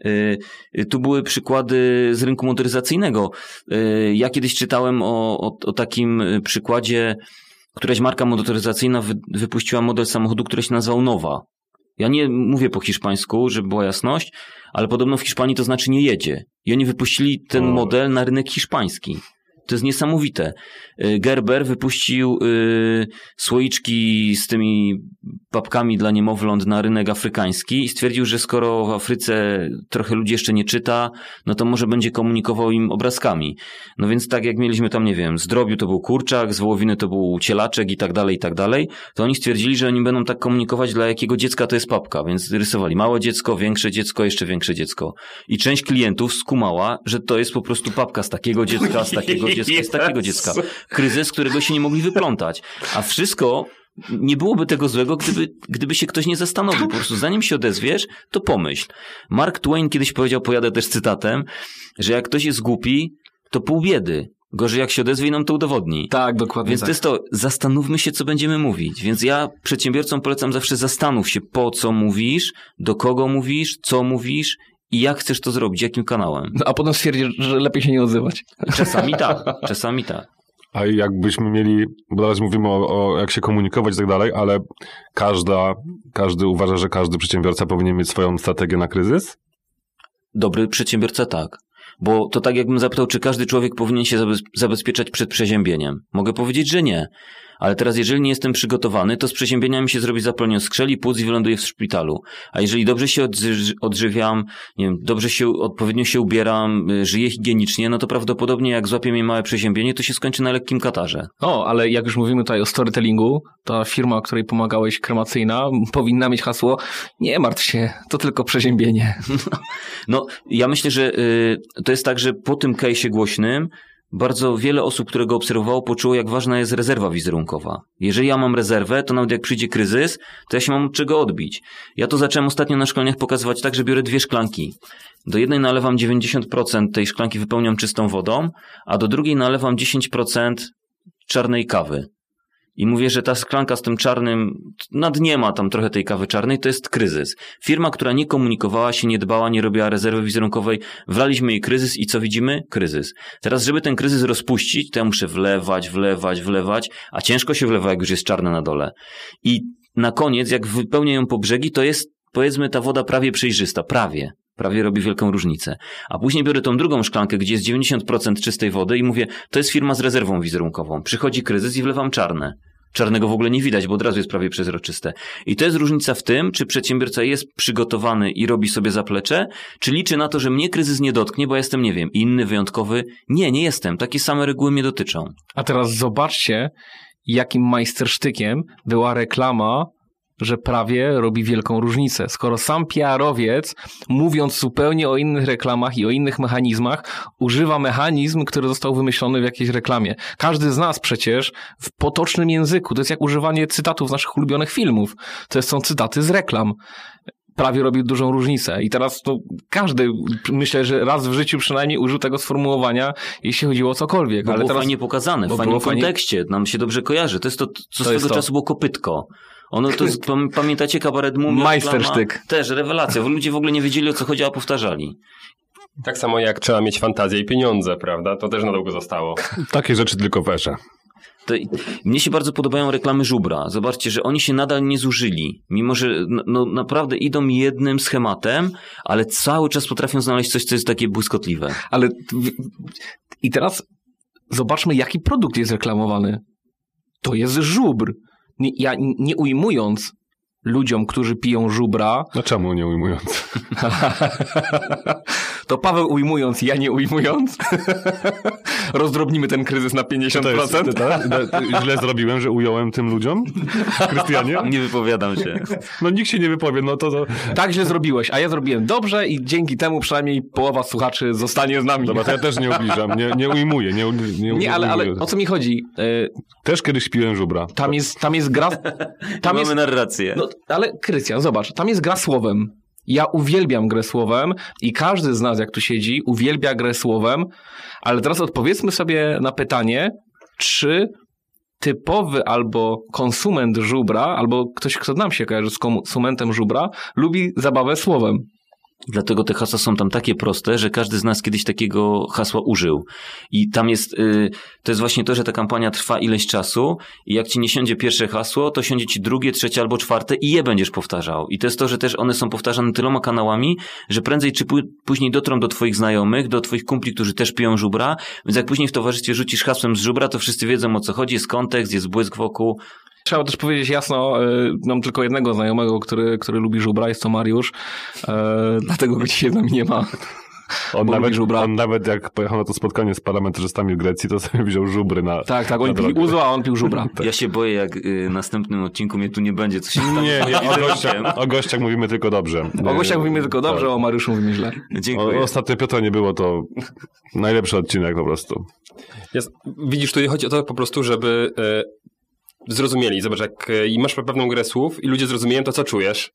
Yy, tu były przykłady z rynku motoryzacyjnego. Yy, ja kiedyś czytałem o, o, o takim przykładzie, któraś marka motoryzacyjna wy, wypuściła model samochodu, który się nazywał Nowa. Ja nie mówię po hiszpańsku, żeby była jasność, ale podobno w Hiszpanii to znaczy nie jedzie. I oni wypuścili ten model na rynek hiszpański. To jest niesamowite. Gerber wypuścił y, słoiczki z tymi papkami dla niemowląt na rynek afrykański i stwierdził, że skoro w Afryce trochę ludzi jeszcze nie czyta, no to może będzie komunikował im obrazkami. No więc tak jak mieliśmy tam, nie wiem, z drobiu to był kurczak, z wołowiny to był cielaczek i tak dalej, i tak dalej, to oni stwierdzili, że oni będą tak komunikować, dla jakiego dziecka to jest papka, więc rysowali małe dziecko, większe dziecko, jeszcze większe dziecko. I część klientów skumała, że to jest po prostu papka z takiego dziecka, z takiego dziecka, z takiego dziecka. Kryzys, którego się nie mogli wyplątać. A wszystko, nie byłoby tego złego, gdyby, gdyby się ktoś nie zastanowił. Po prostu zanim się odezwiesz, to pomyśl. Mark Twain kiedyś powiedział, pojadę też cytatem, że jak ktoś jest głupi, to pół biedy. Gorzej jak się odezwie i nam to udowodni. Tak, dokładnie. Więc tak. to jest to, zastanówmy się, co będziemy mówić. Więc ja przedsiębiorcom polecam zawsze zastanów się, po co mówisz, do kogo mówisz, co mówisz i jak chcesz to zrobić, jakim kanałem. No, a potem stwierdzisz, że lepiej się nie odzywać. Czasami tak, czasami tak. A jakbyśmy mieli, bo teraz mówimy o, o jak się komunikować i tak dalej, ale każda, każdy uważa, że każdy przedsiębiorca powinien mieć swoją strategię na kryzys? Dobry przedsiębiorca tak. Bo to tak jakbym zapytał, czy każdy człowiek powinien się zabezpieczać przed przeziębieniem. Mogę powiedzieć, że nie. Ale teraz, jeżeli nie jestem przygotowany, to z przeziębienia mi się zrobi zapalenie skrzeli, płuc i wyląduję w szpitalu. A jeżeli dobrze się odżywiam, nie wiem, dobrze się, odpowiednio się ubieram, żyję higienicznie, no to prawdopodobnie jak złapie mnie małe przeziębienie, to się skończy na lekkim katarze. O, ale jak już mówimy tutaj o storytellingu, ta firma, której pomagałeś, kremacyjna, powinna mieć hasło: nie martw się, to tylko przeziębienie. No, ja myślę, że y, to jest tak, że po tym case'ie głośnym bardzo wiele osób, które go obserwowało, poczuło, jak ważna jest rezerwa wizerunkowa. Jeżeli ja mam rezerwę, to nawet jak przyjdzie kryzys, to ja się mam od czego odbić. Ja to zacząłem ostatnio na szkoleniach pokazywać tak, że biorę dwie szklanki. Do jednej nalewam dziewięćdziesiąt procent tej szklanki, wypełniam czystą wodą, a do drugiej nalewam dziesięć procent czarnej kawy. I mówię, że ta szklanka z tym czarnym, na dnie ma tam trochę tej kawy czarnej, to jest kryzys. Firma, która nie komunikowała się, nie dbała, nie robiła rezerwy wizerunkowej, wlaliśmy jej kryzys i co widzimy? Kryzys. Teraz, żeby ten kryzys rozpuścić, to ja muszę wlewać, wlewać, wlewać, a ciężko się wlewa, jak już jest czarne na dole. I na koniec, jak wypełnię ją po brzegi, to jest, powiedzmy, ta woda prawie przejrzysta, prawie. Prawie robi wielką różnicę. A później biorę tą drugą szklankę, gdzie jest dziewięćdziesiąt procent czystej wody i mówię, to jest firma z rezerwą wizerunkową. Przychodzi kryzys i wlewam czarne. Czarnego w ogóle nie widać, bo od razu jest prawie przezroczyste. I to jest różnica w tym, czy przedsiębiorca jest przygotowany i robi sobie zaplecze, czy liczy na to, że mnie kryzys nie dotknie, bo ja jestem, nie wiem, inny, wyjątkowy. Nie, nie jestem. Takie same reguły mnie dotyczą. A teraz zobaczcie, jakim majstersztykiem była reklama, że prawie robi wielką różnicę. Skoro sam P R owiec, mówiąc zupełnie o innych reklamach i o innych mechanizmach, używa mechanizm, który został wymyślony w jakiejś reklamie. Każdy z nas przecież w potocznym języku, to jest jak używanie cytatów z naszych ulubionych filmów. To są cytaty z reklam. Prawie robi dużą różnicę. I teraz to każdy, myślę, że raz w życiu przynajmniej użył tego sformułowania, jeśli chodziło o cokolwiek. Bo ale było teraz fajnie pokazane, w fajnym kontekście. Fajnie... Nam się dobrze kojarzy. To jest to, co to swego czasu było kopytko. Ono to jest, pamiętacie kabaret Mumia? Majstersztyk. Też rewelacja. Bo ludzie w ogóle nie wiedzieli, o co chodzi, a powtarzali. Tak samo jak trzeba mieć fantazję i pieniądze, prawda? To też na długo zostało. Takie rzeczy tylko w erze. To, mnie się bardzo podobają reklamy Żubra. Zobaczcie, że oni się nadal nie zużyli. Mimo, że no, no, naprawdę idą jednym schematem, ale cały czas potrafią znaleźć coś, co jest takie błyskotliwe. Ale i teraz zobaczmy, jaki produkt jest reklamowany. To jest żubr. Nie, ja nie ujmując ludziom, którzy piją żubra... No czemu nie ujmując? To Paweł ujmując, ja nie ujmując. Rozdrobnimy ten kryzys na pięćdziesiąt procent. To jest, to, to, źle zrobiłem, że ująłem tym ludziom? Krystianie? Nie wypowiadam się. No nikt się nie wypowie, no to, to... Tak źle zrobiłeś, a ja zrobiłem dobrze i dzięki temu przynajmniej połowa słuchaczy zostanie z nami. Dobra, to ja też nie ubliżam, nie, nie ujmuję. Nie, nie, nie ale, ale o co mi chodzi? Też kiedyś piłem żubra. Tam jest, tam jest gra... Tam jest, mamy narrację. No, ale Krystian, zobacz, tam jest gra słowem. Ja uwielbiam grę słowem i każdy z nas, jak tu siedzi, uwielbia grę słowem, ale teraz odpowiedzmy sobie na pytanie, czy typowy albo konsument żubra, albo ktoś, kto nam się kojarzy z konsumentem żubra, lubi zabawę słowem. Dlatego te hasła są tam takie proste, że każdy z nas kiedyś takiego hasła użył. I tam jest, yy, to jest właśnie to, że ta kampania trwa ileś czasu i jak ci nie siądzie pierwsze hasło, to siądzie ci drugie, trzecie albo czwarte i je będziesz powtarzał. I to jest to, że też one są powtarzane tyloma kanałami, że prędzej czy później dotrą do twoich znajomych, do twoich kumpli, którzy też piją żubra, więc jak później w towarzystwie rzucisz hasłem z żubra, to wszyscy wiedzą, o co chodzi, jest kontekst, jest błysk wokół. Trzeba też powiedzieć jasno, mam tylko jednego znajomego, który, który lubi żubra, jest to Mariusz, e, dlatego go dzisiaj z nami nie ma. On nawet, on nawet jak pojechał na to spotkanie z parlamentarzystami w Grecji, to sobie wziął żubry na Tak, tak, oni pili uzo, a on pił żubra. Ja się boję, jak y, następnym odcinku mnie tu nie będzie, co się stanie. Nie, nie, o gościach, o gościach mówimy tylko dobrze. O gościach mówimy tylko dobrze, tak. O Mariuszu mówimy źle. Dziękuję. O, ostatnio Piotra nie było, to najlepszy odcinek po prostu. Jest, widzisz, tutaj chodzi o to po prostu, żeby... Y, zrozumieli. Zobacz, jak i masz pewną grę słów i ludzie zrozumieją to, co czujesz.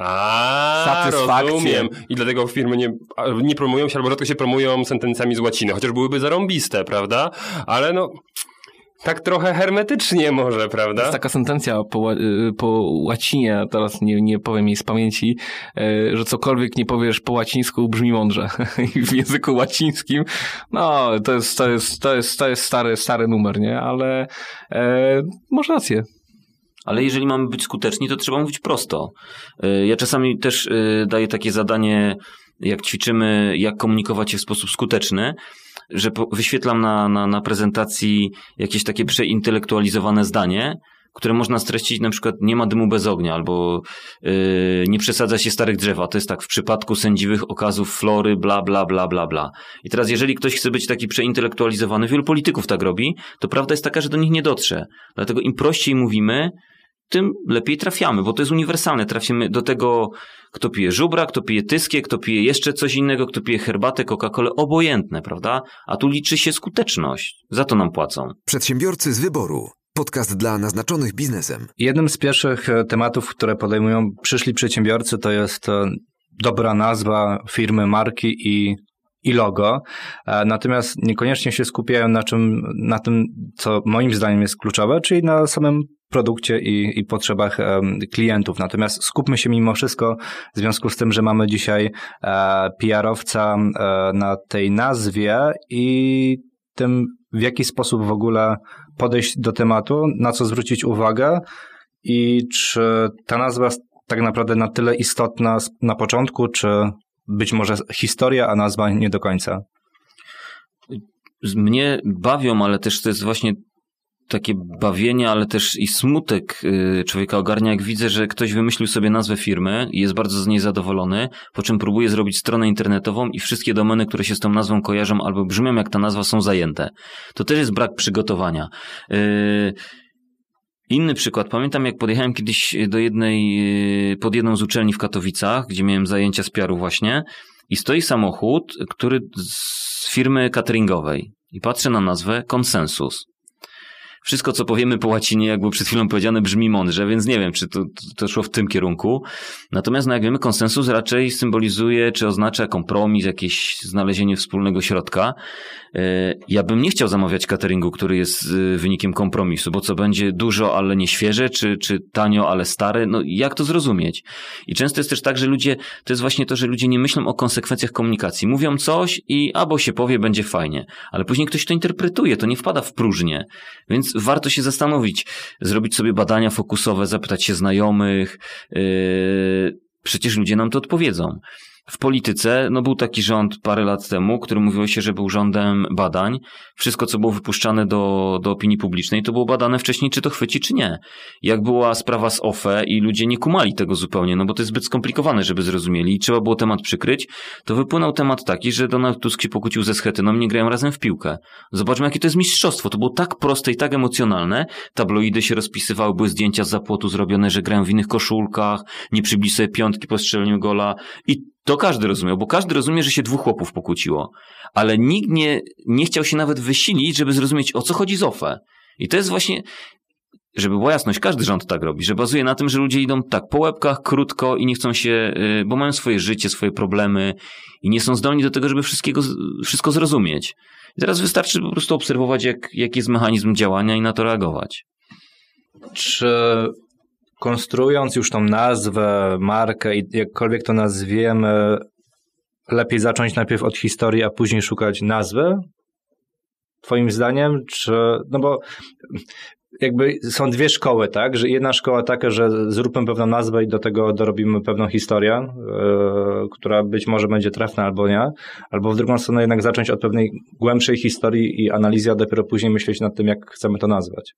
A, rozumiem. I dlatego firmy nie, nie promują się, albo rzadko się promują sentencjami z łaciny, chociaż byłyby zarąbiste, prawda? Ale no... Tak trochę hermetycznie może, prawda? Jest taka sentencja po, po łacinie, teraz nie, nie powiem jej z pamięci, że cokolwiek nie powiesz po łacińsku brzmi mądrze. I w języku łacińskim, no to jest, to jest, to jest, to jest stary, stary numer, nie? Ale e, masz rację. Ale jeżeli mamy być skuteczni, to trzeba mówić prosto. Ja czasami też daję takie zadanie jak ćwiczymy, jak komunikować się w sposób skuteczny, że wyświetlam na, na, na prezentacji jakieś takie przeintelektualizowane zdanie, które można streścić na przykład nie ma dymu bez ognia, albo yy, nie przesadza się starych drzew, a to jest tak w przypadku sędziwych okazów flory, bla, bla, bla, bla, bla. I teraz jeżeli ktoś chce być taki przeintelektualizowany, wielu polityków tak robi, to prawda jest taka, że do nich nie dotrze. Dlatego im prościej mówimy, tym lepiej trafiamy, bo to jest uniwersalne. Trafimy do tego, kto pije żubra, kto pije tyskie, kto pije jeszcze coś innego, kto pije herbatę, Coca-Colę, obojętne, prawda? A tu liczy się skuteczność. Za to nam płacą. Przedsiębiorcy z wyboru. Podcast dla naznaczonych biznesem. Jednym z pierwszych tematów, które podejmują przyszli przedsiębiorcy, to jest dobra nazwa firmy, marki i, i logo. Natomiast niekoniecznie się skupiają na czym, na tym, co moim zdaniem jest kluczowe, czyli na samym produkcie i, i potrzebach um, klientów. Natomiast skupmy się mimo wszystko w związku z tym, że mamy dzisiaj e, P R-owca e, na tej nazwie i tym, w jaki sposób w ogóle podejść do tematu, na co zwrócić uwagę i czy ta nazwa jest tak naprawdę na tyle istotna na początku, czy być może historia, a nazwa nie do końca? Mnie bawią, ale też to jest właśnie takie bawienie, ale też i smutek człowieka ogarnia, jak widzę, że ktoś wymyślił sobie nazwę firmy i jest bardzo z niej zadowolony, po czym próbuje zrobić stronę internetową i wszystkie domeny, które się z tą nazwą kojarzą albo brzmią jak ta nazwa, są zajęte. To też jest brak przygotowania. Inny przykład. Pamiętam, jak podjechałem kiedyś do jednej, pod jedną z uczelni w Katowicach, gdzie miałem zajęcia z P R-u właśnie, i stoi samochód, który z firmy cateringowej i patrzę na nazwę Konsensus. Wszystko, co powiemy po łacinie, jak było przed chwilą powiedziane, brzmi mądrze, więc nie wiem, czy to, to szło w tym kierunku. Natomiast, no jak wiemy, konsensus raczej symbolizuje, czy oznacza kompromis, jakieś znalezienie wspólnego środka. Ja bym nie chciał zamawiać cateringu, który jest wynikiem kompromisu, bo co będzie dużo, ale nie świeże, czy, czy tanio, ale stare, no jak to zrozumieć? I często jest też tak, że ludzie, to jest właśnie to, że ludzie nie myślą o konsekwencjach komunikacji. Mówią coś i albo się powie, będzie fajnie, ale później ktoś to interpretuje, to nie wpada w próżnię. Więc warto się zastanowić, zrobić sobie badania fokusowe, zapytać się znajomych, yy, przecież ludzie nam to odpowiedzą. W polityce, no był taki rząd parę lat temu, który mówiło się, że był rządem badań. Wszystko, co było wypuszczane do, do opinii publicznej, to było badane wcześniej, czy to chwyci, czy nie. Jak była sprawa z O F E i ludzie nie kumali tego zupełnie, no bo to jest zbyt skomplikowane, żeby zrozumieli i trzeba było temat przykryć, to wypłynął temat taki, że Donald Tusk się pokłócił ze Schetyną, nie grają razem w piłkę. Zobaczmy, jakie to jest mistrzostwo. To było tak proste i tak emocjonalne. Tabloidy się rozpisywały, były zdjęcia z zapłotu zrobione, że grają w innych koszulkach, nie przybili sobie piątki po strzeleniu gola i to każdy rozumiał, bo każdy rozumie, że się dwóch chłopów pokłóciło. Ale nikt nie, nie chciał się nawet wysilić, żeby zrozumieć, o co chodzi z O F E. I to jest właśnie, żeby była jasność, każdy rząd tak robi, że bazuje na tym, że ludzie idą tak po łebkach, krótko i nie chcą się, bo mają swoje życie, swoje problemy i nie są zdolni do tego, żeby wszystkiego, wszystko zrozumieć. I teraz wystarczy po prostu obserwować, jak, jaki jest mechanizm działania i na to reagować. Czy konstruując już tą nazwę, markę i jakkolwiek to nazwiemy, lepiej zacząć najpierw od historii, a później szukać nazwy? Twoim zdaniem? Czy, no bo jakby są dwie szkoły, tak? Że jedna szkoła taka, że zróbmy pewną nazwę i do tego dorobimy pewną historię, yy, która być może będzie trafna albo nie. Albo w drugą stronę jednak zacząć od pewnej głębszej historii i analizy, a dopiero później myśleć nad tym, jak chcemy to nazwać.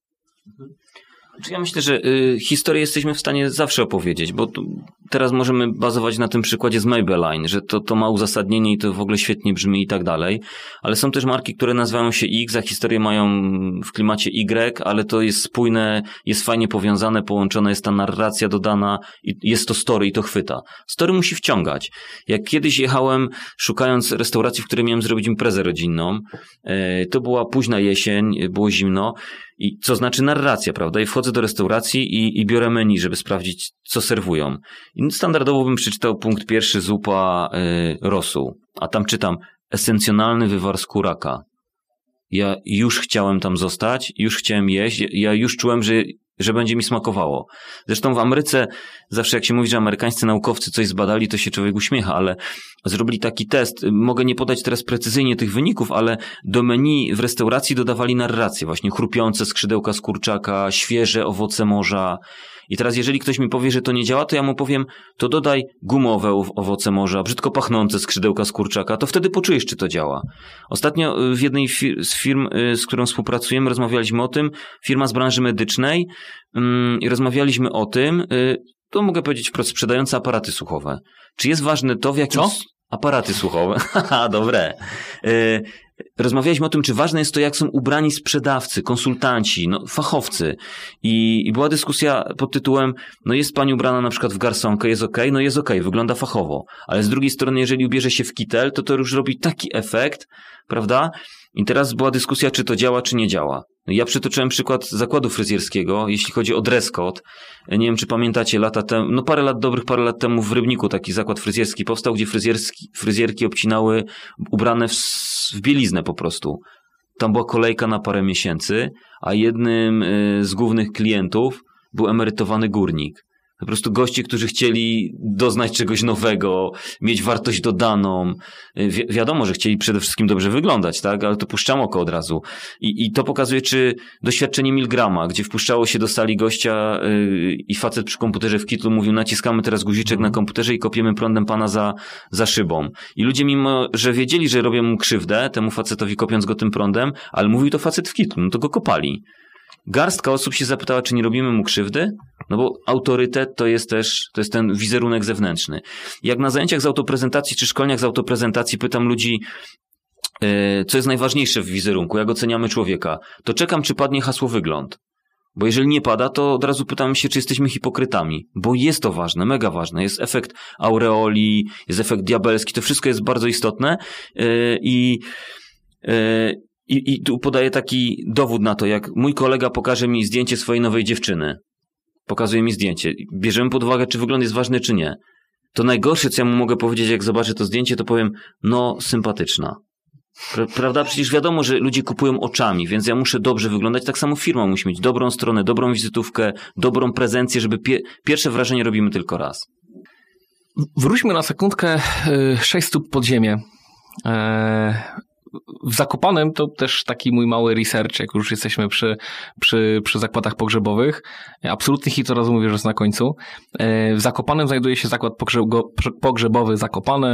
Ja myślę, że y, historię jesteśmy w stanie zawsze opowiedzieć, bo tu, teraz możemy bazować na tym przykładzie z Maybelline, że to, to ma uzasadnienie i to w ogóle świetnie brzmi i tak dalej, ale są też marki, które nazywają się X, a historie mają w klimacie Y, ale to jest spójne, jest fajnie powiązane, połączona jest ta narracja dodana i jest to story i to chwyta. Story musi wciągać. Jak kiedyś jechałem szukając restauracji, w której miałem zrobić imprezę rodzinną, y, to była późna jesień, było zimno, i co znaczy narracja, prawda? I wchodzę do restauracji i, i biorę menu, żeby sprawdzić, co serwują. I standardowo bym przeczytał punkt pierwszy, zupa y, rosół. A tam czytam esencjonalny wywar z kuraka. Ja już chciałem tam zostać, już chciałem jeść, ja już czułem, że, że będzie mi smakowało. Zresztą w Ameryce zawsze jak się mówi, że amerykańscy naukowcy coś zbadali, to się człowiek uśmiecha, ale zrobili taki test. Mogę nie podać teraz precyzyjnie tych wyników, ale do menu w restauracji dodawali narrację. Właśnie chrupiące skrzydełka z kurczaka, świeże owoce morza. I teraz jeżeli ktoś mi powie, że to nie działa, to ja mu powiem, to dodaj gumowe owoce morza, brzydko pachnące skrzydełka z kurczaka, to wtedy poczujesz, czy to działa. Ostatnio w jednej z firm, z którą współpracujemy, rozmawialiśmy o tym, firma z branży medycznej i rozmawialiśmy o tym, to mogę powiedzieć wprost, sprzedająca aparaty słuchowe. Czy jest ważne to, w jakim... Co? Aparaty słuchowe. Haha, dobre. Yy, rozmawialiśmy o tym, czy ważne jest to, jak są ubrani sprzedawcy, konsultanci, no, fachowcy. I, I była dyskusja pod tytułem, no jest pani ubrana na przykład w garsonkę, jest okej, okay? No jest okej, okay, wygląda fachowo. Ale z drugiej strony, jeżeli ubierze się w kitel, to to już robi taki efekt, prawda? I teraz była dyskusja, czy to działa, czy nie działa. Ja przytoczyłem przykład zakładu fryzjerskiego, jeśli chodzi o dress code. Nie wiem, czy pamiętacie, lata temu, no parę lat, dobrych parę lat temu w Rybniku taki zakład fryzjerski powstał, gdzie fryzjerski, fryzjerki obcinały ubrane w, w bieliznę po prostu. Tam była kolejka na parę miesięcy, a jednym z głównych klientów był emerytowany górnik. Po prostu goście, którzy chcieli doznać czegoś nowego, mieć wartość dodaną. Wi- wiadomo, że chcieli przede wszystkim dobrze wyglądać, tak? Ale to puszczam oko od razu. I, i to pokazuje, czy doświadczenie Milgrama, gdzie wpuszczało się do sali gościa yy, i facet przy komputerze w kitlu mówił, naciskamy teraz guziczek mm. na komputerze i kopiemy prądem pana za, za szybą. I ludzie, mimo że wiedzieli, że robią mu krzywdę, temu facetowi kopiąc go tym prądem, ale mówił to facet w kitlu, no to go kopali. Garstka osób się zapytała, czy nie robimy mu krzywdy, no bo autorytet to jest też, to jest ten wizerunek zewnętrzny. Jak na zajęciach z autoprezentacji czy szkoleniach z autoprezentacji pytam ludzi, yy, co jest najważniejsze w wizerunku, jak oceniamy człowieka, to czekam, czy padnie hasło wygląd. Bo jeżeli nie pada, to od razu pytam się, czy jesteśmy hipokrytami, bo jest to ważne, mega ważne. Jest efekt aureoli, jest efekt diabelski, to wszystko jest bardzo istotne yy, i yy, I, I tu podaję taki dowód na to, jak mój kolega pokaże mi zdjęcie swojej nowej dziewczyny. Pokazuje mi zdjęcie. Bierzemy pod uwagę, czy wygląd jest ważny, czy nie. To najgorsze, co ja mu mogę powiedzieć, jak zobaczę to zdjęcie, to powiem, no, sympatyczna. Prawda? Przecież wiadomo, że ludzie kupują oczami, więc ja muszę dobrze wyglądać. Tak samo firma musi mieć dobrą stronę, dobrą wizytówkę, dobrą prezencję, żeby pie- pierwsze wrażenie robimy tylko raz. Wróćmy na sekundkę sześć stóp pod ziemię. Eee... W Zakopanem to też taki mój mały research, jak już jesteśmy przy, przy, przy zakładach pogrzebowych. Absolutny hit, od razu mówię, że jest na końcu. W Zakopanem znajduje się zakład pogrzebowy Zakopane.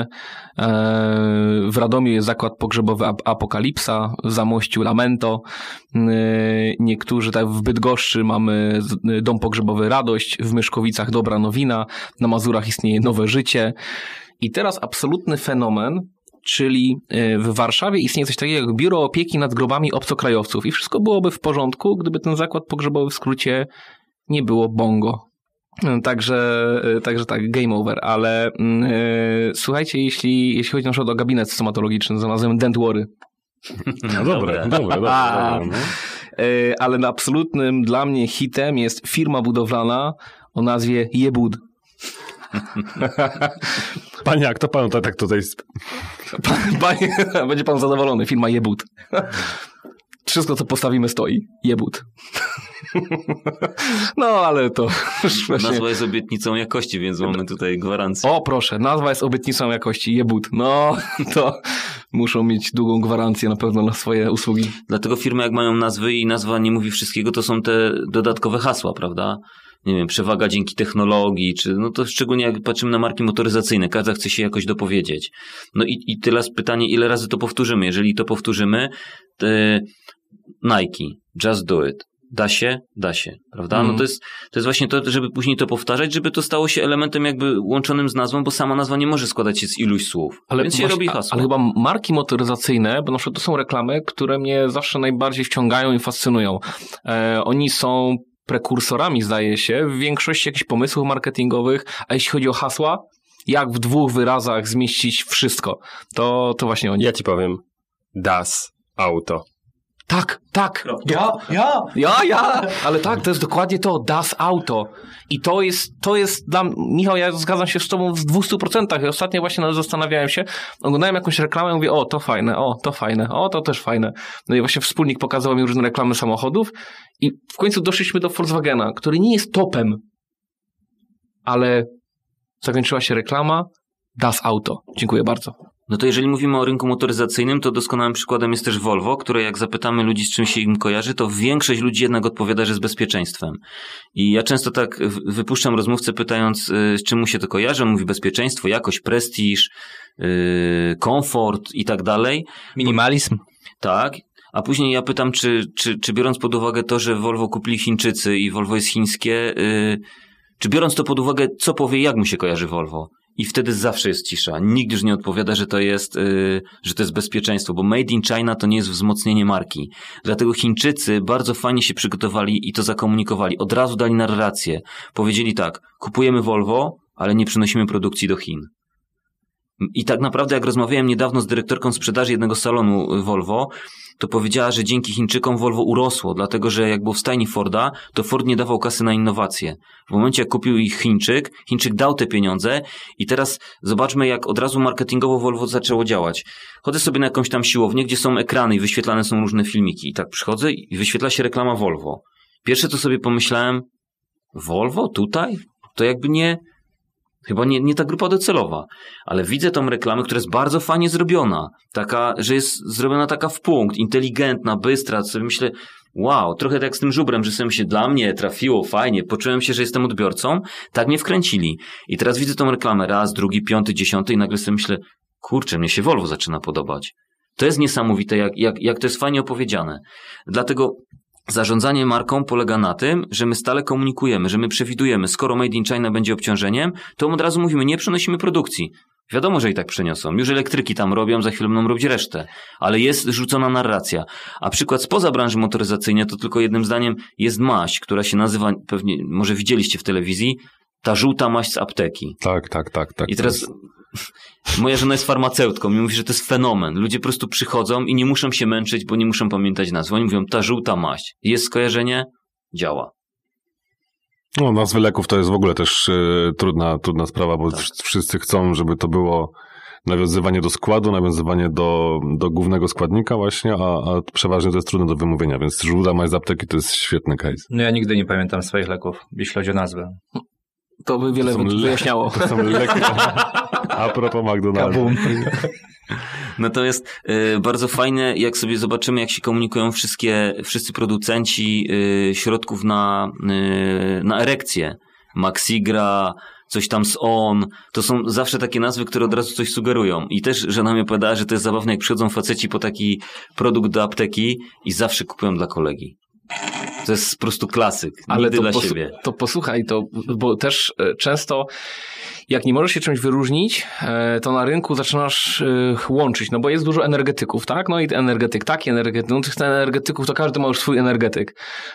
W Radomiu jest zakład pogrzebowy Apokalipsa, w Zamościu Lamento. Niektórzy, tak w Bydgoszczy mamy dom pogrzebowy Radość, w Myszkowicach Dobra Nowina, na Mazurach istnieje Nowe Życie. I teraz absolutny fenomen, czyli w Warszawie istnieje coś takiego jak Biuro Opieki nad Grobami Obcokrajowców i wszystko byłoby w porządku, gdyby ten zakład pogrzebowy w skrócie nie było bongo. Także, także tak, game over, ale yy, słuchajcie, jeśli, jeśli chodzi na przykład o gabinet stomatologiczny, znalazłem Dentwory. No dobre, dobre, dobre. dobre no. yy, ale na absolutnym dla mnie hitem jest firma budowlana o nazwie Jebud. Panie, jak to panu tak tutaj... Panie, będzie pan zadowolony, firma Jebud. Wszystko, co postawimy, stoi. Jebud. No, ale to... Właśnie... Nazwa jest obietnicą jakości, więc mamy tutaj gwarancję. O, proszę, nazwa jest obietnicą jakości. Jebud. No, to muszą mieć długą gwarancję na pewno na swoje usługi. Dlatego firmy, jak mają nazwy i nazwa nie mówi wszystkiego, to są te dodatkowe hasła, prawda? Nie wiem, przewaga dzięki technologii, czy no to szczególnie jak patrzymy na marki motoryzacyjne, każda chce się jakoś dopowiedzieć. No i, i teraz pytanie, ile razy to powtórzymy? Jeżeli to powtórzymy, to Nike, just do it. Da się? Da się, prawda? Mm. No to jest, to jest właśnie to, żeby później to powtarzać, żeby to stało się elementem jakby łączonym z nazwą, bo sama nazwa nie może składać się z iluś słów, ale więc właśnie, się robi hasło. Ale chyba marki motoryzacyjne, bo na przykład to są reklamy, które mnie zawsze najbardziej wciągają i fascynują. E, oni są prekursorami, zdaje się, w większości jakichś pomysłów marketingowych, a jeśli chodzi o hasła, jak w dwóch wyrazach zmieścić wszystko, to, to właśnie oni. Ja ci powiem. Das Auto. Tak, tak. Ja, ja, ja, ja. Ale tak, to jest dokładnie to. Das Auto. I to jest, to jest dla mnie, Michał, ja zgadzam się z tobą w dwustu procentach. I ostatnio właśnie nawet zastanawiałem się, oglądałem jakąś reklamę i mówię, o, to fajne, o, to fajne, o, to też fajne. No i właśnie wspólnik pokazał mi różne reklamy samochodów i w końcu doszliśmy do Volkswagena, który nie jest topem, ale zakończyła się reklama Das Auto. Dziękuję bardzo. No to jeżeli mówimy o rynku motoryzacyjnym, to doskonałym przykładem jest też Volvo, które jak zapytamy ludzi, z czym się im kojarzy, to większość ludzi jednak odpowiada, że z bezpieczeństwem. I ja często tak wypuszczam rozmówcę pytając, z czym mu się to kojarzy. On mówi bezpieczeństwo, jakość, prestiż, komfort i tak dalej. Minimalizm. Tak. A później ja pytam, czy, czy, czy biorąc pod uwagę to, że Volvo kupili Chińczycy i Volvo jest chińskie, czy biorąc to pod uwagę, co powie, jak mu się kojarzy Volvo? I wtedy zawsze jest cisza. Nikt już nie odpowiada, że to jest, yy, że to jest bezpieczeństwo, bo Made in China to nie jest wzmocnienie marki. Dlatego Chińczycy bardzo fajnie się przygotowali i to zakomunikowali. Od razu dali narrację. Powiedzieli tak, kupujemy Volvo, ale nie przenosimy produkcji do Chin. I tak naprawdę jak rozmawiałem niedawno z dyrektorką sprzedaży jednego salonu Volvo, to powiedziała, że dzięki Chińczykom Volvo urosło, dlatego że jak było w stajni Forda, to Ford nie dawał kasy na innowacje. W momencie jak kupił ich Chińczyk, Chińczyk dał te pieniądze i teraz zobaczmy jak od razu marketingowo Volvo zaczęło działać. Chodzę sobie na jakąś tam siłownię, gdzie są ekrany i wyświetlane są różne filmiki i tak przychodzę i wyświetla się reklama Volvo. Pierwsze co sobie pomyślałem, Volvo tutaj? To jakby nie... Chyba nie, nie ta grupa docelowa, ale widzę tą reklamę, która jest bardzo fajnie zrobiona, taka, że jest zrobiona taka w punkt, inteligentna, bystra, sobie myślę, wow, trochę tak jak z tym żubrem, że sobie się dla mnie trafiło, fajnie, poczułem się, że jestem odbiorcą, tak mnie wkręcili. I teraz widzę tą reklamę raz, drugi, piąty, dziesiąty i nagle sobie myślę, kurczę, mnie się Volvo zaczyna podobać. To jest niesamowite, jak, jak, jak to jest fajnie opowiedziane. Dlatego zarządzanie marką polega na tym, że my stale komunikujemy, że my przewidujemy, skoro Made in China będzie obciążeniem, to od razu mówimy, nie przenosimy produkcji. Wiadomo, że i tak przeniosą. Już elektryki tam robią, za chwilę będą robić resztę. Ale jest rzucona narracja. A przykład spoza branży motoryzacyjnej, to tylko jednym zdaniem, jest maść, która się nazywa, pewnie, może widzieliście w telewizji, ta żółta maść z apteki. Tak, tak, tak. tak I teraz moja żona jest farmaceutką i mówi, że to jest fenomen. Ludzie po prostu przychodzą i nie muszą się męczyć, bo nie muszą pamiętać nazwy. Oni mówią, ta żółta maść. Jest skojarzenie? Działa. No, nazwy leków to jest w ogóle też y, trudna, trudna sprawa, bo tak. Wszyscy chcą, żeby to było nawiązywanie do składu, nawiązywanie do, do głównego składnika właśnie, a, a przeważnie to jest trudne do wymówienia, więc żółta maść z apteki to jest świetny case. No ja nigdy nie pamiętam swoich leków, jeśli chodzi o nazwę. To by wiele to wyjaśniało. To są leki. A propos McDonalda. No to jest y, bardzo fajne, jak sobie zobaczymy, jak się komunikują wszystkie, wszyscy producenci y, środków na, y, na erekcję. Maxigra, coś tam z On. To są zawsze takie nazwy, które od razu coś sugerują. I też żona mi opowiadała, że to jest zabawne, jak przychodzą faceci po taki produkt do apteki i zawsze kupują dla kolegi. To jest po prostu klasyk. Ale to, dla posu- siebie. to posłuchaj, to, bo też często jak nie możesz się czymś wyróżnić, to na rynku zaczynasz łączyć, no bo jest dużo energetyków, tak? No i energetyk taki, energetyk, no tych energetyków to każdy ma już swój energetyk.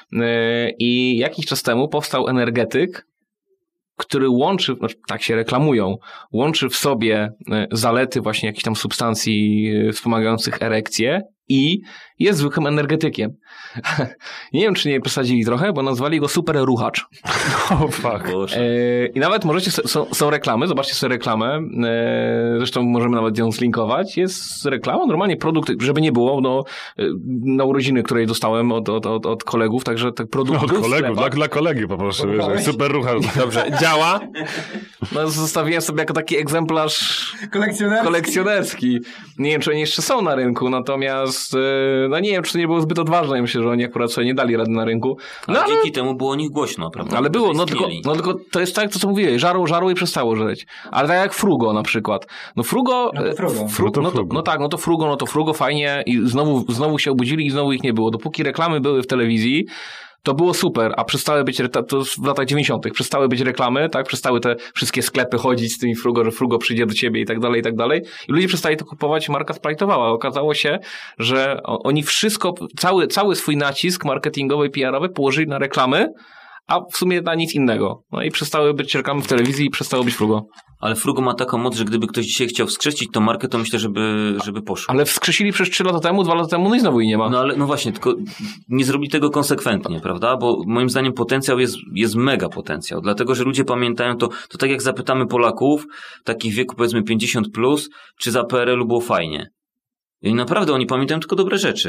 I jakiś czas temu powstał energetyk, który łączy, znaczy tak się reklamują, łączy w sobie zalety właśnie jakichś tam substancji wspomagających erekcję i jest zwykłym energetykiem. Nie wiem, czy nie przesadzili trochę, bo nazwali go super ruchacz. O fuck. I nawet możecie, są, są reklamy, zobaczcie sobie reklamę, zresztą możemy nawet ją zlinkować. Jest reklama, normalnie produkt, żeby nie było, no, na urodziny, której dostałem od, od, od, od kolegów, także tak produkt. Od kolegów, dla, dla kolegi poproszę, wiesz, super ruchacz. Dobrze, działa? No, zostawiłem sobie jako taki egzemplarz kolekcjonerski. kolekcjonerski. Nie wiem, czy oni jeszcze są na rynku, natomiast no nie wiem, czy to nie było zbyt odważne. Myślę, że oni akurat sobie nie dali rady na rynku. No, ale dzięki temu było o nich głośno, prawda? Ale było, no tylko, no tylko to jest tak, to co mówiłeś, żarło, żarło i przestało żreć. Ale tak jak Frugo na przykład. No Frugo, no to Frugo. Fru, no, to no, to, Frugo. no tak, no to Frugo, no to Frugo fajnie i znowu, znowu się obudzili i znowu ich nie było. Dopóki reklamy były w telewizji, to było super, a przestały być, to w latach dziewięćdziesiątych, przestały być reklamy, tak, przestały te wszystkie sklepy chodzić z tymi Frugo, że Frugo przyjdzie do ciebie i tak dalej, i tak dalej. I ludzie przestali to kupować, marka splajtowała. Okazało się, że oni wszystko, cały, cały swój nacisk marketingowy i P R owy położyli na reklamy, a w sumie na nic innego. No i przestały być reklamy w telewizji i przestało być Frugo. Ale Frugo ma taką moc, że gdyby ktoś dzisiaj chciał wskrzesić tą markę, to myślę, żeby, żeby poszło. Ale wskrzesili przez trzy lata temu, dwa lata temu, no i znowu jej nie ma. No ale no właśnie, tylko nie zrobili tego konsekwentnie, prawda? Bo moim zdaniem potencjał jest, jest mega potencjał. Dlatego, że ludzie pamiętają to, to tak jak zapytamy Polaków, takich wieku powiedzmy pięćdziesiąt plus, czy za P R L u było fajnie. I naprawdę oni pamiętają tylko dobre rzeczy.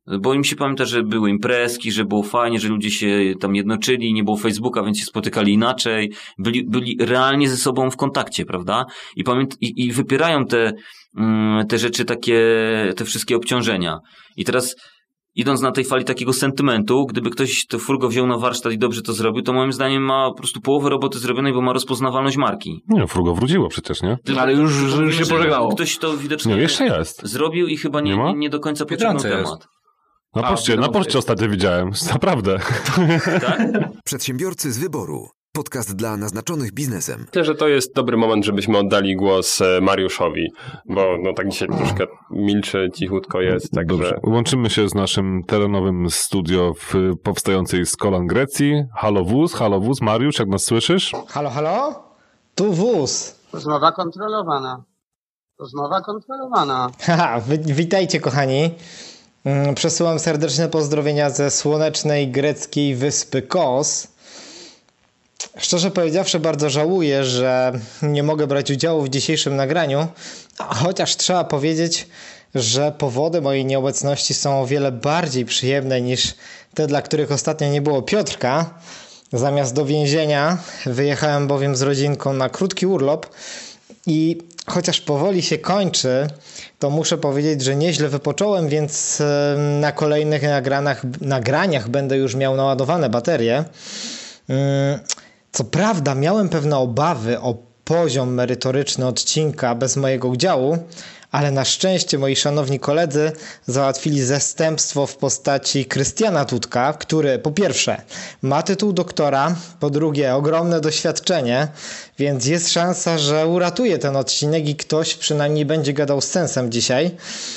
Bo im się pamięta, że były imprezki, że było fajnie, że ludzie się tam jednoczyli, nie było Facebooka, więc się spotykali inaczej, byli, byli realnie ze sobą w kontakcie, prawda? I, pamięt, i, i wypierają te, te rzeczy takie, te wszystkie obciążenia. I teraz idąc na tej fali takiego sentymentu, gdyby ktoś to furgo wziął na warsztat i dobrze to zrobił, to moim zdaniem ma po prostu połowę roboty zrobionej, bo ma rozpoznawalność marki. Nie, furgo wróciło przecież, nie? Tylko, ale już, już się pożegnało. Ktoś to widocznie nie, jeszcze jest. zrobił i chyba nie, nie, nie do końca pociągnął temat. Na poczcie, na poczcie ostatnio widziałem. Naprawdę. Tak? Przedsiębiorcy z wyboru. Podcast dla naznaczonych biznesem. Myślę, że to jest dobry moment, żebyśmy oddali głos Mariuszowi, bo no tak dzisiaj troszkę milczy, cichutko jest. Także... Dobrze, łączymy się z naszym terenowym studio w powstającej z kolan Grecji. Halo wóz, halo wóz. Mariusz, jak nas słyszysz? Halo, halo? Tu wóz. Rozmowa kontrolowana. Rozmowa kontrolowana. Haha, witajcie kochani. Przesyłam serdeczne pozdrowienia ze słonecznej greckiej wyspy Kos. Szczerze powiedziawszy, bardzo żałuję, że nie mogę brać udziału w dzisiejszym nagraniu, chociaż trzeba powiedzieć, że powody mojej nieobecności są o wiele bardziej przyjemne niż te, dla których ostatnio nie było Piotrka. Zamiast do więzienia wyjechałem bowiem z rodzinką na krótki urlop i chociaż powoli się kończy, to muszę powiedzieć, że nieźle wypocząłem, więc na kolejnych nagraniach, nagraniach będę już miał naładowane baterie. Co prawda miałem pewne obawy o poziom merytoryczny odcinka bez mojego udziału, ale na szczęście moi szanowni koledzy załatwili zastępstwo w postaci Krystiana Tutka, który po pierwsze ma tytuł doktora, po drugie ogromne doświadczenie, więc jest szansa, że uratuje ten odcinek i ktoś przynajmniej będzie gadał z sensem dzisiaj.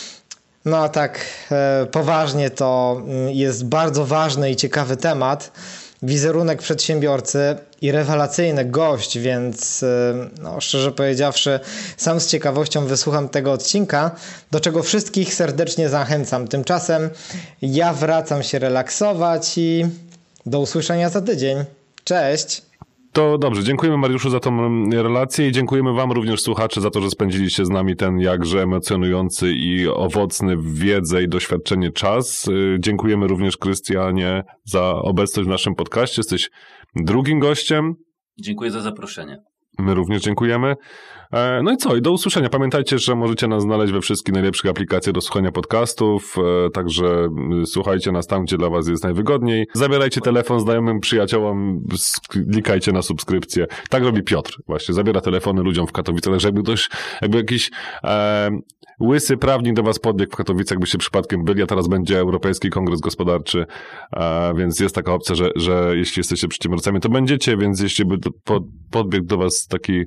No a tak e, poważnie to jest bardzo ważny i ciekawy temat. Wizerunek przedsiębiorcy i rewelacyjny gość, więc no, szczerze powiedziawszy, sam z ciekawością wysłucham tego odcinka, do czego wszystkich serdecznie zachęcam. Tymczasem ja wracam się relaksować i do usłyszenia za tydzień. Cześć! To dobrze, dziękujemy Mariuszu za tą relację i dziękujemy wam również słuchacze za to, że spędziliście z nami ten jakże emocjonujący i owocny w wiedzę i doświadczenie czas. Dziękujemy również Krystianie za obecność w naszym podcaście. Jesteś drugim gościem. Dziękuję za zaproszenie. My również dziękujemy. No i co? I do usłyszenia. Pamiętajcie, że możecie nas znaleźć we wszystkich najlepszych aplikacjach do słuchania podcastów, także słuchajcie nas tam, gdzie dla was jest najwygodniej. Zabierajcie telefon znajomym, przyjaciołom, klikajcie na subskrypcję. Tak robi Piotr właśnie. Zabiera telefony ludziom w Katowicach. Także jakby ktoś, jakby jakiś e, łysy prawnik do was podbiegł w Katowicach, jakbyście przypadkiem byli, a teraz będzie Europejski Kongres Gospodarczy, e, więc jest taka opcja, że, że jeśli jesteście przedsiębiorcami, to będziecie, więc jeśli by pod, podbiegł do was taki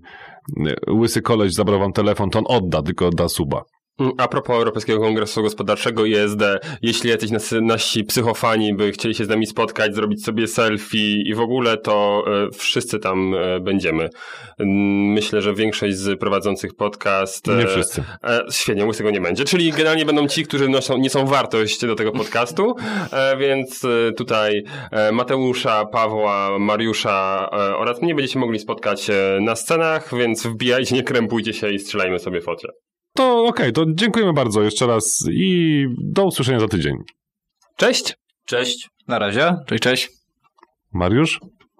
łysy koleś, zabrał wam telefon, to on odda, tylko odda suba. A propos Europejskiego Kongresu Gospodarczego I S D, jeśli jacyś nasi, nasi psychofani by chcieli się z nami spotkać, zrobić sobie selfie i w ogóle, to y, wszyscy tam y, będziemy. Y, myślę, że większość z prowadzących podcast... Nie wszyscy. Y, świetnie, łysego nie będzie. Czyli generalnie będą ci, którzy noszą, niosą wartość do tego podcastu, y, więc y, tutaj y, Mateusza, Pawła, Mariusza y, oraz mnie będziecie mogli spotkać y, na scenach, więc wbijajcie, nie krępujcie się i strzelajmy sobie focie. To okej, okay, to dziękujemy bardzo jeszcze raz i do usłyszenia za tydzień. Cześć! Cześć. Na razie. Cześć, cześć. Mariusz?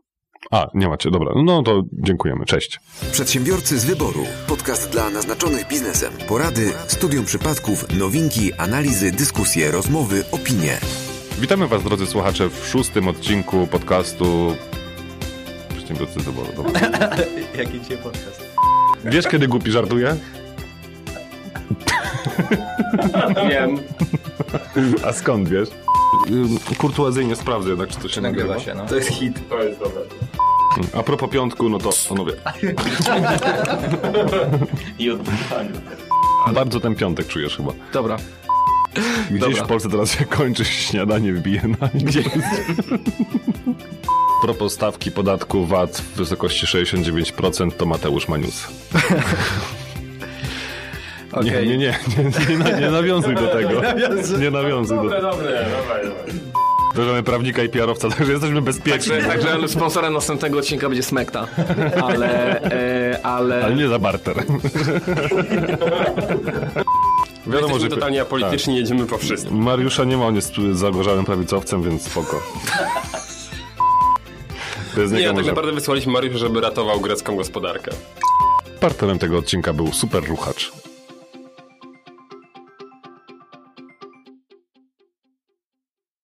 A, nie macie, dobra. No to dziękujemy, cześć. Przedsiębiorcy z wyboru. Podcast dla naznaczonych biznesem. Porady, studium przypadków, nowinki, analizy, dyskusje, rozmowy, opinie. Witamy was, drodzy słuchacze, w szóstym odcinku podcastu Przedsiębiorcy z wyboru. Jaki dzisiaj podcast? Wiesz, kiedy głupi żartuje? Wiem. A skąd wiesz? Kurtuazyjnie sprawdzę jednak, czy to się nagrywa. Się, no. To jest hit. To jest dobre. A propos piątku, no to panowie. I odbywanie. Bardzo ten piątek czujesz chyba. Dobra. Gdzieś Dobra. w Polsce teraz się kończy śniadanie, wbije na gdzie. A propos stawki podatku V A T w wysokości sześćdziesiąt dziewięć procent, to Mateusz ma news. Okay. Nie, nie, nie, nie, nie, nie nawiązuj do tego. Nie nawiązuj do tego. Dobre, dawaj, dawaj. Bierzemy prawnika i P R-owca, także jesteśmy bezpieczni. Także, także sponsorem następnego odcinka będzie Smekta. Ale, e, ale... Ale nie za barter. My Wiadomo, że totalnie apolityczni, tak. Jedziemy po wszystkim. Mariusza nie ma, on jest zagorzałym prawicowcem, więc spoko. To jest nie, tak może... naprawdę wysłaliśmy Mariusza, żeby ratował grecką gospodarkę. Partnerem tego odcinka był Super Ruchacz.